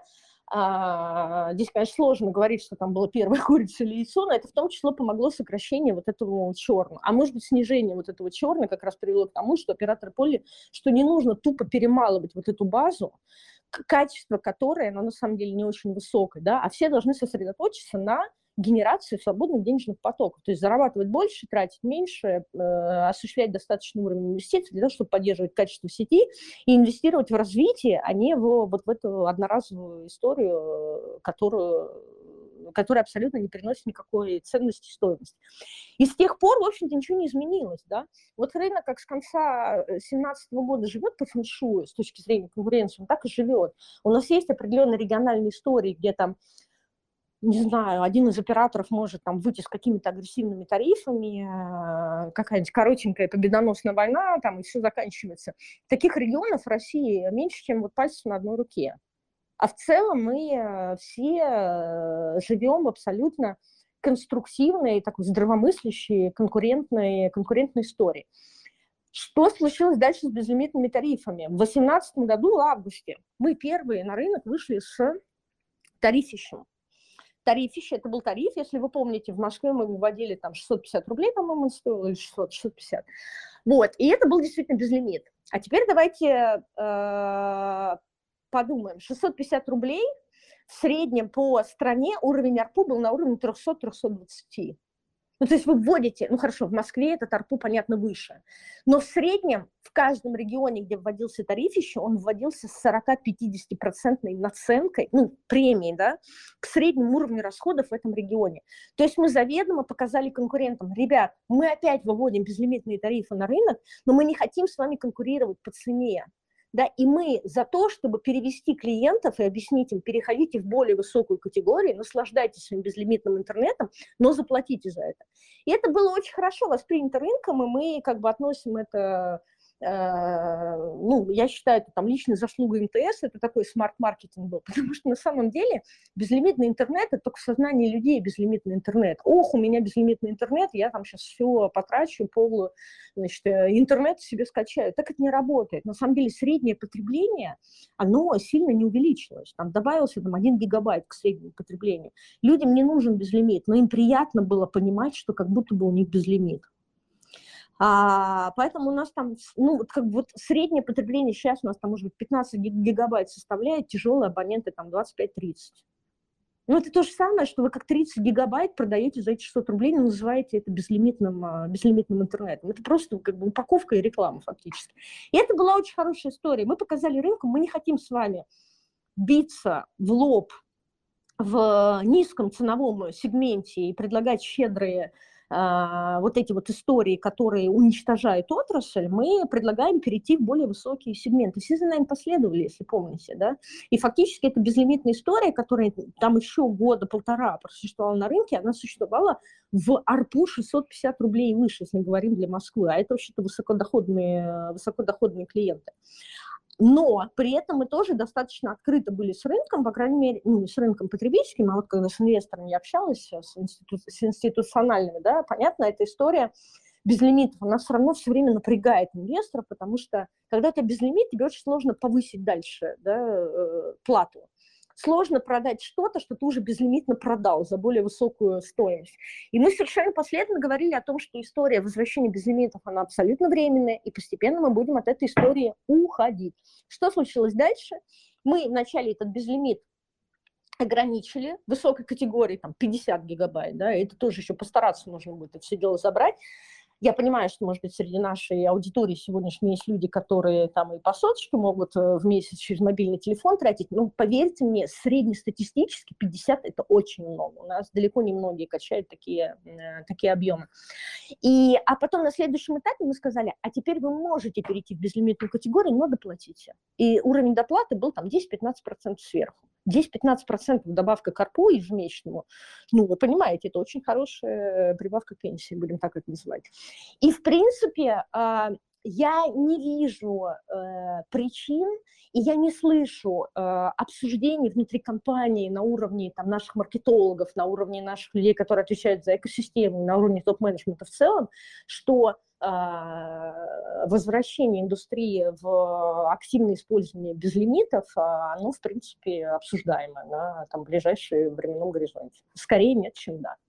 а, здесь, конечно, сложно говорить, что там было первая курица или яйцо, но это в том числе помогло сокращению вот этого черного. А может быть, снижение вот этого черного как раз привело к тому, что операторы поняли, что не нужно тупо перемалывать вот эту базу, качество которой, оно на самом деле не очень высокое, да, а все должны сосредоточиться на генерации свободных денежных потоков, то есть зарабатывать больше, тратить меньше, э, осуществлять достаточный уровень инвестиций для того, чтобы поддерживать качество сети и инвестировать в развитие, а не в, вот в эту одноразовую историю, которую, которая абсолютно не приносит никакой ценности и стоимости. И с тех пор, в общем-то, ничего не изменилось, да. Вот рынок как с конца две тысячи семнадцатого года живет по фэншую с точки зрения конкуренции, он так и живет. У нас есть определенные региональные истории, где там, не знаю, один из операторов может там выйти с какими-то агрессивными тарифами, какая-нибудь коротенькая победоносная война, там, и все заканчивается. Таких регионов в России меньше, чем вот пальцев на одной руке. А в целом мы все живем в абсолютно конструктивной, такой здравомыслящей, конкурентной, конкурентной истории. Что случилось дальше с безлимитными тарифами? В две тысячи восемнадцатом году, в августе, мы первые на рынок вышли с тарифищем. Тарифище, это был тариф, если вы помните, в Москве мы выводили там шестьсот пятьдесят рублей, по-моему, он стоил, или шестьсот, шестьсот пятьдесят. Вот, и это был действительно безлимит. А теперь давайте э, подумаем. шестьсот пятьдесят рублей в среднем по стране уровень АРПУ был на уровне триста - триста двадцать. Ну, то есть вы вводите, ну, хорошо, в Москве этот АРПУ, понятно, выше, но в среднем в каждом регионе, где вводился тарифище, он вводился с сорок-пятьдесят процентной наценкой, ну, премией, да, к среднему уровню расходов в этом регионе. То есть мы заведомо показали конкурентам: ребят, мы опять выводим безлимитные тарифы на рынок, но мы не хотим с вами конкурировать по цене. Да, и мы за то, чтобы перевести клиентов и объяснить им: переходите в более высокую категорию, наслаждайтесь своим безлимитным интернетом, но заплатите за это. И это было очень хорошо воспринято рынком, и мы как бы относим это, э, ну, я считаю, это там личная заслуга эм тэ эс, это такой смарт-маркетинг был, потому что на самом деле безлимитный интернет – это только в сознании людей безлимитный интернет. Ох, у меня безлимитный интернет, я там сейчас все потрачу, пол, значит, интернет себе скачаю. Так это не работает. На самом деле среднее потребление, оно сильно не увеличилось. Там добавился там, один гигабайт к среднему потреблению. Людям не нужен безлимит, но им приятно было понимать, что как будто бы у них безлимит. А, поэтому у нас там, ну, вот как бы вот среднее потребление сейчас у нас там, может быть, пятнадцать гигабайт составляет, тяжелые абоненты там двадцать пять - тридцать. Ну, это то же самое, что вы как тридцать гигабайт продаете за эти шестьсот рублей, но называете это безлимитным, безлимитным интернетом. Это просто как бы упаковка и реклама фактически. И это была очень хорошая история. Мы показали рынку, мы не хотим с вами биться в лоб в низком ценовом сегменте и предлагать щедрые Uh, вот эти вот истории, которые уничтожают отрасль, мы предлагаем перейти в более высокие сегменты. Все за нами последовали, если помните, да? И фактически это безлимитная история, которая там еще года полтора просуществовала на рынке, она существовала в АРПУ шестьсот пятьдесят рублей и выше, если мы говорим для Москвы, а это вообще-то высокодоходные, высокодоходные клиенты. Но при этом мы тоже достаточно открыто были с рынком, по крайней мере, ну, не с рынком потребительским, а вот когда с инвесторами я общалась, с, институ, с институциональными, да, понятно, эта история без лимитов, она все равно все время напрягает инвесторов, потому что когда у тебя безлимит, тебе очень сложно повысить дальше, да, плату. Сложно продать что-то, что ты уже безлимитно продал за более высокую стоимость. И мы совершенно последовательно говорили о том, что история возвращения безлимитов, она абсолютно временная, и постепенно мы будем от этой истории уходить. Что случилось дальше? Мы вначале этот безлимит ограничили в высокой категории, там, пятьдесят гигабайт, да, и это тоже еще постараться нужно будет это все дело забрать. Я понимаю, что, может быть, среди нашей аудитории сегодняшней есть люди, которые там и по соточке могут в месяц через мобильный телефон тратить, но поверьте мне, среднестатистически пятьдесят – это очень много. У нас далеко не многие качают такие, такие объемы. И, а потом на следующем этапе мы сказали: а теперь вы можете перейти в безлимитную категорию, но доплатите. И уровень доплаты был там десять-пятнадцать процентов сверху. десять-пятнадцать процентов добавка к АРПУ ежемесячному, ну, вы понимаете, это очень хорошая прибавка к пенсии, будем так это называть. И, в принципе, я не вижу э, причин, и я не слышу э, обсуждений внутри компании на уровне там, наших маркетологов, на уровне наших людей, которые отвечают за экосистему, на уровне топ-менеджмента в целом, что э, возвращение индустрии в активное использование безлимитов, э, оно, в принципе, обсуждаемо на там, ближайшем временном горизонте. Скорее нет, чем да.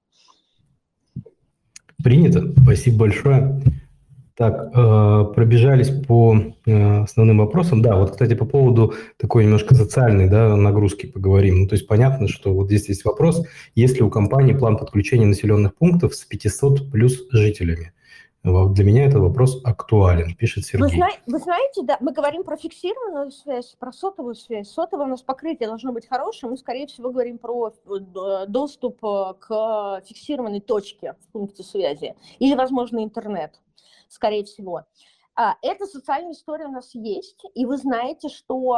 Принято. Спасибо большое. Так, э, пробежались по э, основным вопросам. Да, вот, кстати, по поводу такой немножко социальной, да, нагрузки поговорим. Ну, то есть понятно, что вот здесь есть вопрос, есть ли у компании план подключения населенных пунктов с пятьсот плюс жителями? Для меня этот вопрос актуален, пишет Сергей. Вы, зна- вы знаете, да, мы говорим про фиксированную связь, про сотовую связь. Сотовое у нас покрытие должно быть хорошее. Мы, скорее всего, говорим про доступ к фиксированной точке в пункте связи. Или, возможно, интернет, скорее всего. Эта социальная история у нас есть, и вы знаете, что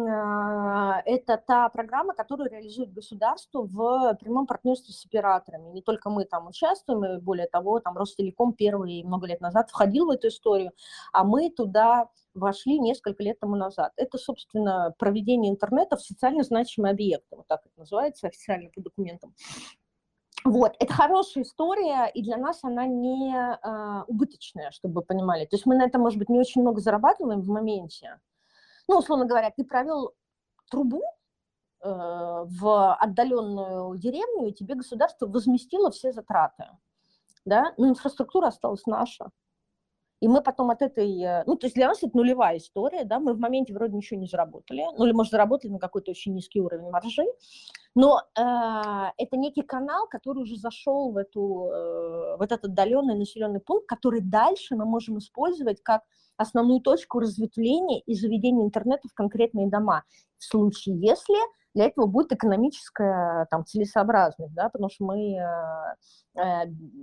э, это та программа, которую реализует государство в прямом партнерстве с операторами. Не только мы там участвуем, и более того, там Ростелеком первый много лет назад входил в эту историю, а мы туда вошли несколько лет тому назад. Это, собственно, проведение интернета в социально значимые объекты, вот так это называется официально по документам. Вот, это хорошая история, и для нас она не э, убыточная, чтобы вы понимали. То есть мы на этом, может быть, не очень много зарабатываем в моменте. Ну, условно говоря, ты провел трубу э, в отдаленную деревню, и тебе государство возместило все затраты, да, но инфраструктура осталась наша. И мы потом от этой... Ну, то есть для нас это нулевая история, да, мы в моменте вроде ничего не заработали, ну, или, может, заработали на какой-то очень низкий уровень маржи, но э, это некий канал, который уже зашел в, эту, э, в этот отдаленный населенный пункт, который дальше мы можем использовать как основную точку разветвления и заведения интернета в конкретные дома, в случае, если для этого будет экономическая там, целесообразность, да, потому что мы, э,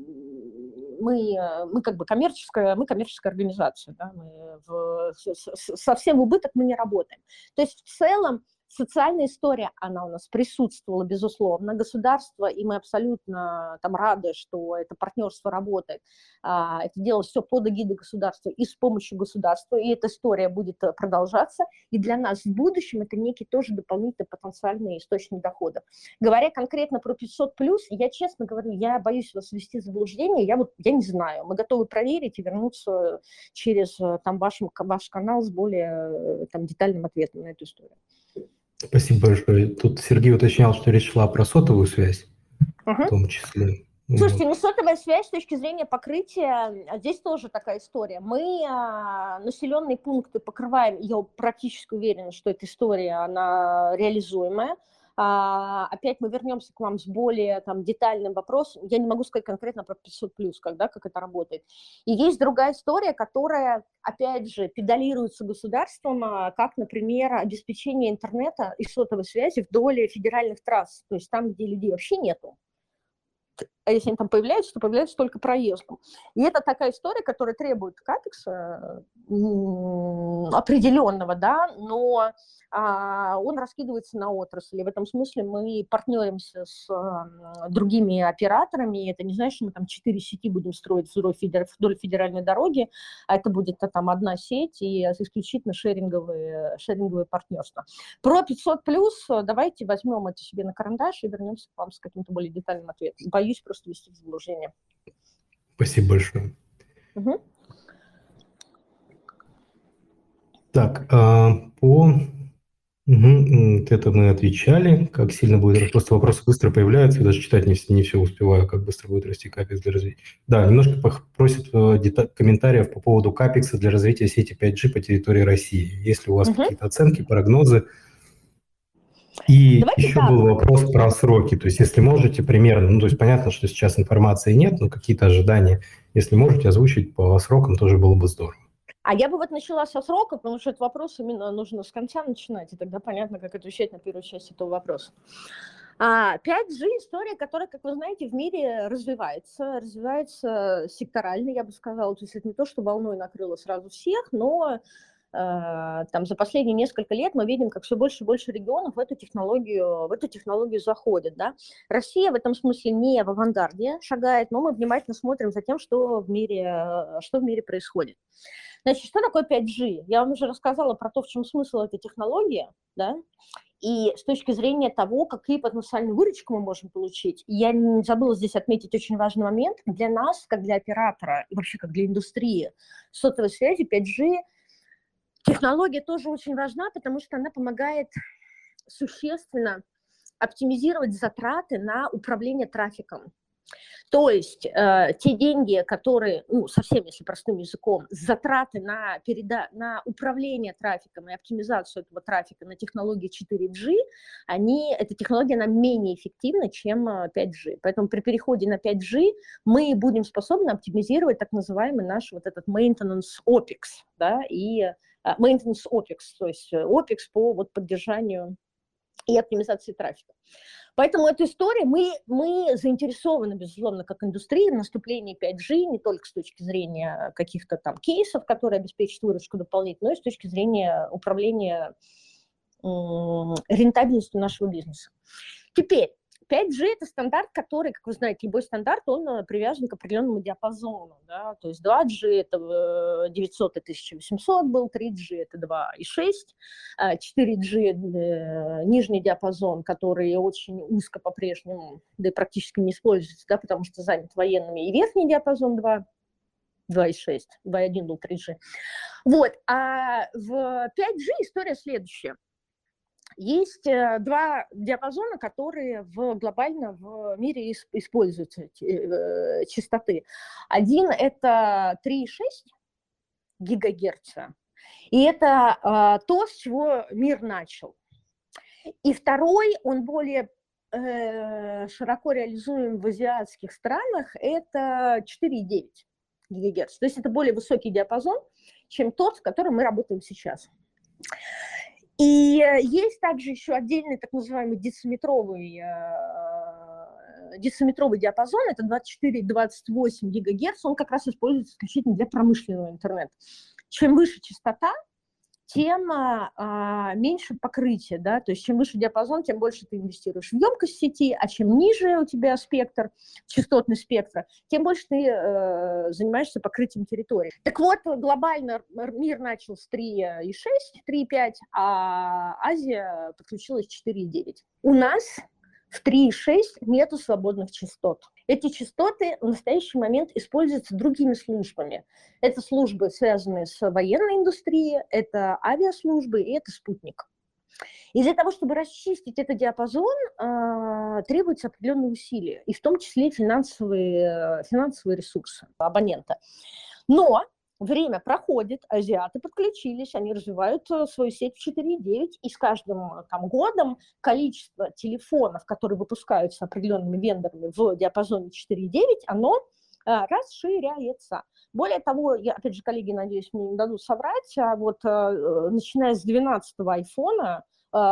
мы, мы как бы коммерческая, мы коммерческая организация, да, мы в, совсем в убыток мы не работаем. То есть в целом социальная история, она у нас присутствовала, безусловно, государство, и мы абсолютно там рады, что это партнерство работает. Это делалось все под эгидой государства и с помощью государства, и эта история будет продолжаться, и для нас в будущем это некий тоже дополнительный потенциальный источник дохода. Говоря конкретно про пятьсот плюс, я честно говорю, я боюсь вас ввести в заблуждение, я вот, я не знаю, мы готовы проверить и вернуться через там, ваш, ваш канал с более там, детальным ответом на эту историю. Спасибо большое. Тут Сергей уточнял, что речь шла про сотовую связь, uh-huh. в том числе. Слушайте, ну сотовая связь с точки зрения покрытия, здесь тоже такая история. Мы а, населенные пункты покрываем, я практически уверена, что эта история, она реализуемая. А, опять мы вернемся к вам с более там, детальным вопросом. Я не могу сказать конкретно про пятьсот плюс, когда, как это работает. И есть другая история, которая, опять же, педалируется государством, как, например, обеспечение интернета и сотовой связи вдоль федеральных трасс, то есть там, где людей вообще нету. А если они там появляются, то появляются только проездом. И это такая история, которая требует капекса определенного, да, но а, он раскидывается на отрасль. И в этом смысле мы партнеримся с а, другими операторами. Это не значит, что мы там четыре сети будем строить вдоль, федер... вдоль федеральной дороги, а это будет а, там одна сеть и исключительно шеринговые, шеринговые партнерства. Про пятьсот плюс давайте возьмем это себе на карандаш и вернемся к вам с каким-то более детальным ответом. Боюсь просто ввести в заблуждение. Спасибо большое. Угу. Так, а, по... Угу, это мы отвечали, как сильно будет, просто вопросы быстро появляются, я даже читать не, не все успеваю, как быстро будет расти капекс для развития. Да, немножко просят деталь, комментариев по поводу капекса для развития сети пять джи по территории России. Есть ли у вас угу. какие-то оценки, прогнозы? И Давайте еще так. был вопрос про сроки, то есть если можете примерно, ну то есть понятно, что сейчас информации нет, но какие-то ожидания, если можете озвучить по срокам, тоже было бы здорово. А я бы вот начала со срока, потому что этот вопрос именно нужно с конца начинать, и тогда понятно, как отвечать на первую часть этого вопроса. пять джи – история, которая, как вы знаете, в мире развивается, развивается секторально, я бы сказала, то есть это не то, что волной накрыло сразу всех, но там за последние несколько лет мы видим, как все больше и больше регионов в эту технологию, в эту технологию заходят, да. Россия в этом смысле не в авангарде шагает, но мы внимательно смотрим за тем, что в мире, что в мире происходит. Значит, что такое пять джи? Я вам уже рассказала про то, в чем смысл этой технологии, да, и с точки зрения того, какие потенциальные выручки мы можем получить. Я не забыла здесь отметить очень важный момент. Для нас, как для оператора, и вообще как для индустрии сотовой связи, пять джи технология тоже очень важна, потому что она помогает существенно оптимизировать затраты на управление трафиком. То есть э, те деньги, которые, ну, совсем если простым языком, затраты на, переда... на управление трафиком и оптимизацию этого трафика на технологии четыре джи, они, эта технология, она менее эффективна, чем пять джи. Поэтому при переходе на пять джи мы будем способны оптимизировать так называемый наш вот этот maintenance OPEX, да, и э, maintenance OPEX, то есть OPEX по вот, поддержанию и оптимизации трафика. Поэтому эту историю мы, мы заинтересованы, безусловно, как индустрия в наступлении пять джи, не только с точки зрения каких-то там кейсов, которые обеспечат выручку дополнительно, но и с точки зрения управления э, рентабельностью нашего бизнеса. Теперь, пять джи – это стандарт, который, как вы знаете, любой стандарт, он привязан к определенному диапазону. Да? То есть два джи – это девятьсот и тысяча восемьсот был, три джи – это два и шесть, четыре джи – нижний диапазон, который очень узко по-прежнему, да и практически не используется, да, потому что занят военными, и верхний диапазон два, два и шесть, два и один был три джи. Вот, а в пять джи история следующая. Есть два диапазона, которые в, глобально в мире используются, частоты. Один – это три и шесть гигагерца, и это а, то, с чего мир начал. И второй, он более э, широко реализуем в азиатских странах, это четыре и девять гигагерца. То есть это более высокий диапазон, чем тот, с которым мы работаем сейчас. И есть также еще отдельный так называемый дециметровый, э, дециметровый диапазон, это двадцать четыре и двадцать восемь гигагерц, он как раз используется исключительно для промышленного интернета. Чем выше частота, тем а, меньше покрытие, да, то есть чем выше диапазон, тем больше ты инвестируешь в емкость сети, а чем ниже у тебя спектр, частотный спектр, тем больше ты э, занимаешься покрытием территории. Так вот, глобально мир начал с три и шесть, три и пять, а Азия подключилась четыре и девять. У нас в три и шесть нету свободных частот. Эти частоты в настоящий момент используются другими службами. Это службы, связанные с военной индустрией, это авиаслужбы и это спутник. И для того, чтобы расчистить этот диапазон, требуются определенные усилия, и в том числе финансовые, финансовые ресурсы абонента. Но время проходит, азиаты подключились, они развивают свою сеть в четыре и девять, и с каждым там, годом количество телефонов, которые выпускаются определенными вендорами в диапазоне четыре и девять, оно а, расширяется. Более того, я, опять же, коллеги, надеюсь, мне не дадут соврать, а вот а, начиная с двенадцатого айфона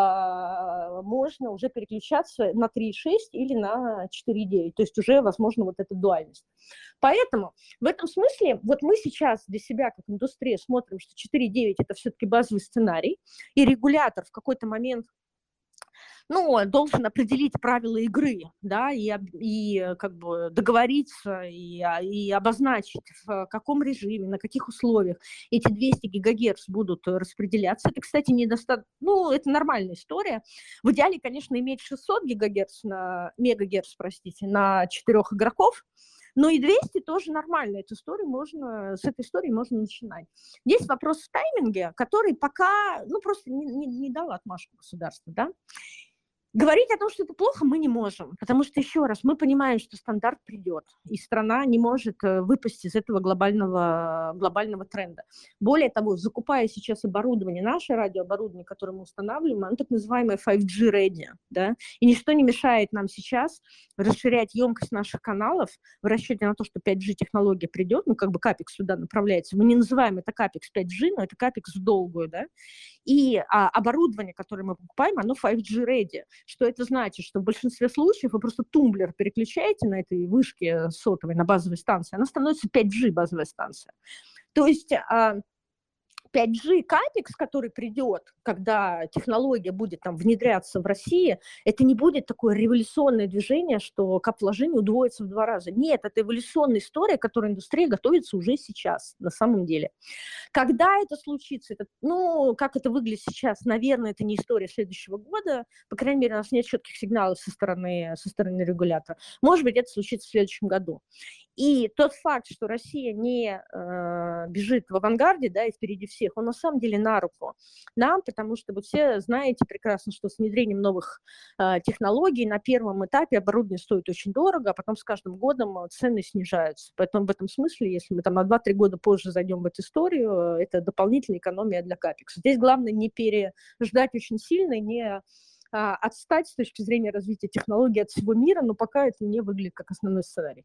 а, можно уже переключаться на три и шесть или на четыре и девять, то есть уже возможно вот эта дуальность. Поэтому в этом смысле вот мы сейчас для себя как индустрия смотрим, что четыре и девять это все-таки базовый сценарий, и регулятор в какой-то момент ну, должен определить правила игры, да, и, и как бы договориться, и, и обозначить, в каком режиме, на каких условиях эти двести гигагерц будут распределяться. Это, кстати, недостаточно, ну, это нормальная история. В идеале, конечно, иметь шестьсот гигагерц на, мегагерц, простите, на четырех игроков, но и двести тоже нормально. Эту историю можно, с этой историей можно начинать. Есть вопрос в тайминге, который пока, ну, просто не, не, не дал отмашку государству, да. Говорить о том, что это плохо, мы не можем, потому что, еще раз, мы понимаем, что стандарт придет, и страна не может выпасть из этого глобального, глобального тренда. Более того, закупая сейчас оборудование, наше радиооборудование, которое мы устанавливаем, оно так называемое пять джи ready, да, и ничто не мешает нам сейчас расширять емкость наших каналов в расчете на то, что пять джи технология придет, ну, как бы капекс сюда направляется. Мы не называем это капекс пять джи, но это капекс в долгую, да, и а, оборудование, которое мы покупаем, оно пять джи ready. Что это значит? Что в большинстве случаев вы просто тумблер переключаете на этой вышке сотовой, на базовой станции, она становится пять джи базовая станция. То есть пять джи капекс, который придет, когда технология будет там внедряться в России, это не будет такое революционное движение, что капвложение удвоится в два раза. Нет, это эволюционная история, к которой индустрия готовится уже сейчас, на самом деле. Когда это случится, это, ну, как это выглядит сейчас, наверное, это не история следующего года, по крайней мере, у нас нет четких сигналов со стороны, со стороны регулятора. Может быть, это случится в следующем году. И тот факт, что Россия не э, бежит в авангарде, да, и впереди всех, он на самом деле на руку нам, потому что вы все знаете прекрасно, что с внедрением новых э, технологий на первом этапе оборудование стоит очень дорого, а потом с каждым годом цены снижаются. Поэтому в этом смысле, если мы там на два-три года позже зайдем в эту историю, это дополнительная экономия для капекса. Здесь главное не переждать очень сильно, не а, отстать с точки зрения развития технологий от всего мира, но пока это не выглядит как основной сценарий.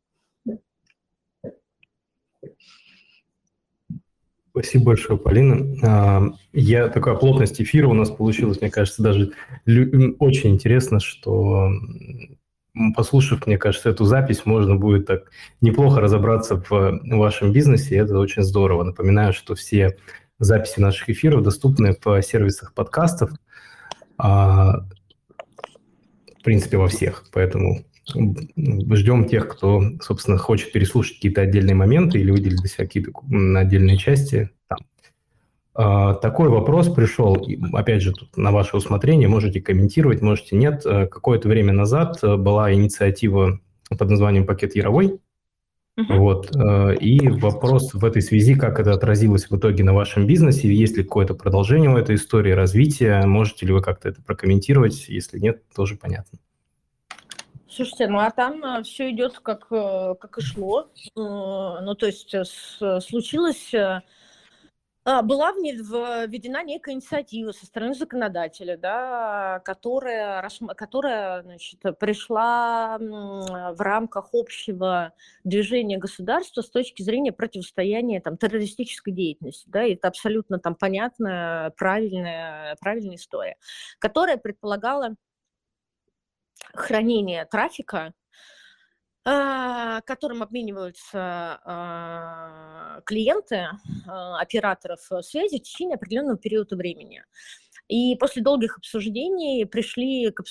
Спасибо большое, Полина. Я, такая плотность эфира у нас получилась, мне кажется, даже очень интересно, что, послушав, мне кажется, эту запись, можно будет так неплохо разобраться в вашем бизнесе, и это очень здорово. Напоминаю, что все записи наших эфиров доступны в сервисах подкастов, в принципе, во всех, поэтому... Ждем тех, кто, собственно, хочет переслушать какие-то отдельные моменты или выделить для себя какие-то отдельные части. Там. А, такой вопрос пришел, опять же, тут на ваше усмотрение, можете комментировать, можете нет. Какое-то время назад была инициатива под названием «Пакет Яровой». Uh-huh. Вот. И вопрос в этой связи, как это отразилось в итоге на вашем бизнесе, есть ли какое-то продолжение у этой истории, развитие, можете ли вы как-то это прокомментировать, если нет, тоже понятно. Слушайте, ну а там все идет как, как и шло. Ну, то есть случилось... Была введена некая инициатива со стороны законодателя, да, которая, которая значит, пришла в рамках общего движения государства с точки зрения противостояния там, террористической деятельности. Да, и это абсолютно там, понятная, правильная, правильная история, которая предполагала хранение трафика, которым обмениваются клиенты операторов связи в течение определенного периода времени. И после долгих обсуждений пришли к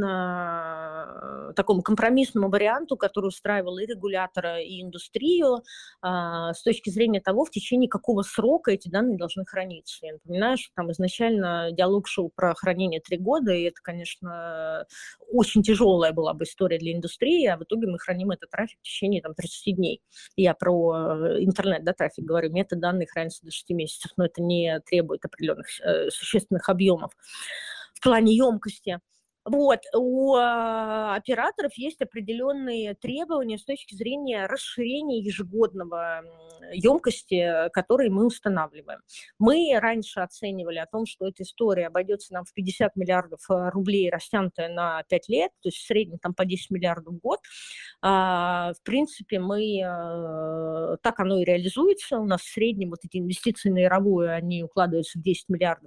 абсолютно такому компромиссному варианту, который устраивал и регулятора, и индустрию с точки зрения того, в течение какого срока эти данные должны храниться. Я напоминаю, что там изначально диалог шел про хранение три года, и это, конечно, очень тяжелая была бы история для индустрии, а в итоге мы храним этот трафик в течение там, тридцати дней. Я про интернет, да, трафик говорю, метаданные хранятся до шести месяцев, но это не требует определенных э, существенных объемов в плане емкости. Вот. У э, операторов есть определенные требования с точки зрения расширения ежегодного емкости, которые мы устанавливаем. Мы раньше оценивали о том, что эта история обойдется нам в пятьдесят миллиардов рублей, растянутая на пять лет, то есть в среднем там по десять миллиардов в год. А, в принципе, мы, э, так оно и реализуется. У нас в среднем вот эти инвестиции на яровую, они укладываются в десять миллиардов.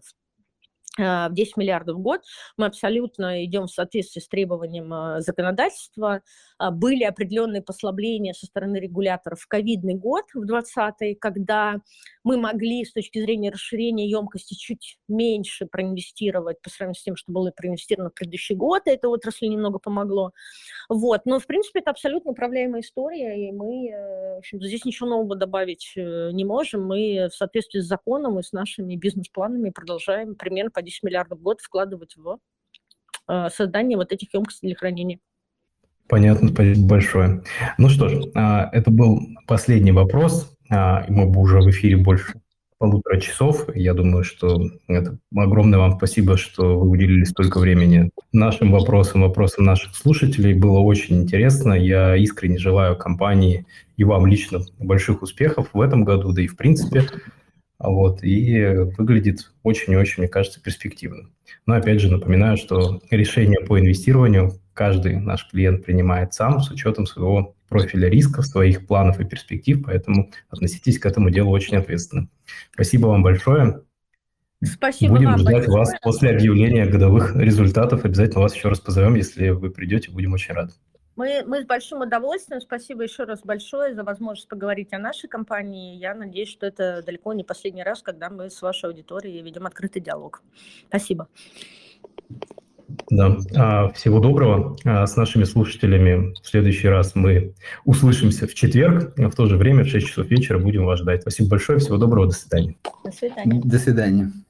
В десять миллиардов в год. Мы абсолютно идем в соответствии с требованием законодательства. Были определенные послабления со стороны регуляторов в ковидный год, в двадцатый, когда мы могли с точки зрения расширения емкости чуть меньше проинвестировать по сравнению с тем, что было проинвестировано в предыдущий год, и это отрасли немного помогло. Вот. Но, в принципе, это абсолютно управляемая история, и мы, в общем, здесь ничего нового добавить не можем. Мы в соответствии с законом и с нашими бизнес-планами продолжаем примерно по десять миллиардов в год вкладывать в создание вот этих емкостей для хранения. Понятно, спасибо большое. Ну что ж, это был последний вопрос. Мы бы уже в эфире больше полутора часов. Я думаю, что это огромное вам спасибо, что вы уделили столько времени нашим вопросам, вопросам наших слушателей. Было очень интересно. Я искренне желаю компании и вам лично больших успехов в этом году, да и в принципе. Вот, и выглядит очень-очень, мне кажется, перспективно. Но опять же напоминаю, что решение по инвестированию каждый наш клиент принимает сам с учетом своего профиля рисков, своих планов и перспектив, поэтому относитесь к этому делу очень ответственно. Спасибо вам большое. Спасибо будем вам ждать большое. вас после объявления годовых результатов. Обязательно вас еще раз позовем, если вы придете, будем очень рады. Мы, мы с большим удовольствием. Спасибо еще раз большое за возможность поговорить о нашей компании. Я надеюсь, что это далеко не последний раз, когда мы с вашей аудиторией ведем открытый диалог. Спасибо. Да, всего доброго. С нашими слушателями в следующий раз мы услышимся в четверг. В то же время в шесть часов вечера будем вас ждать. Спасибо большое. Всего доброго. До свидания. До свидания. До свидания.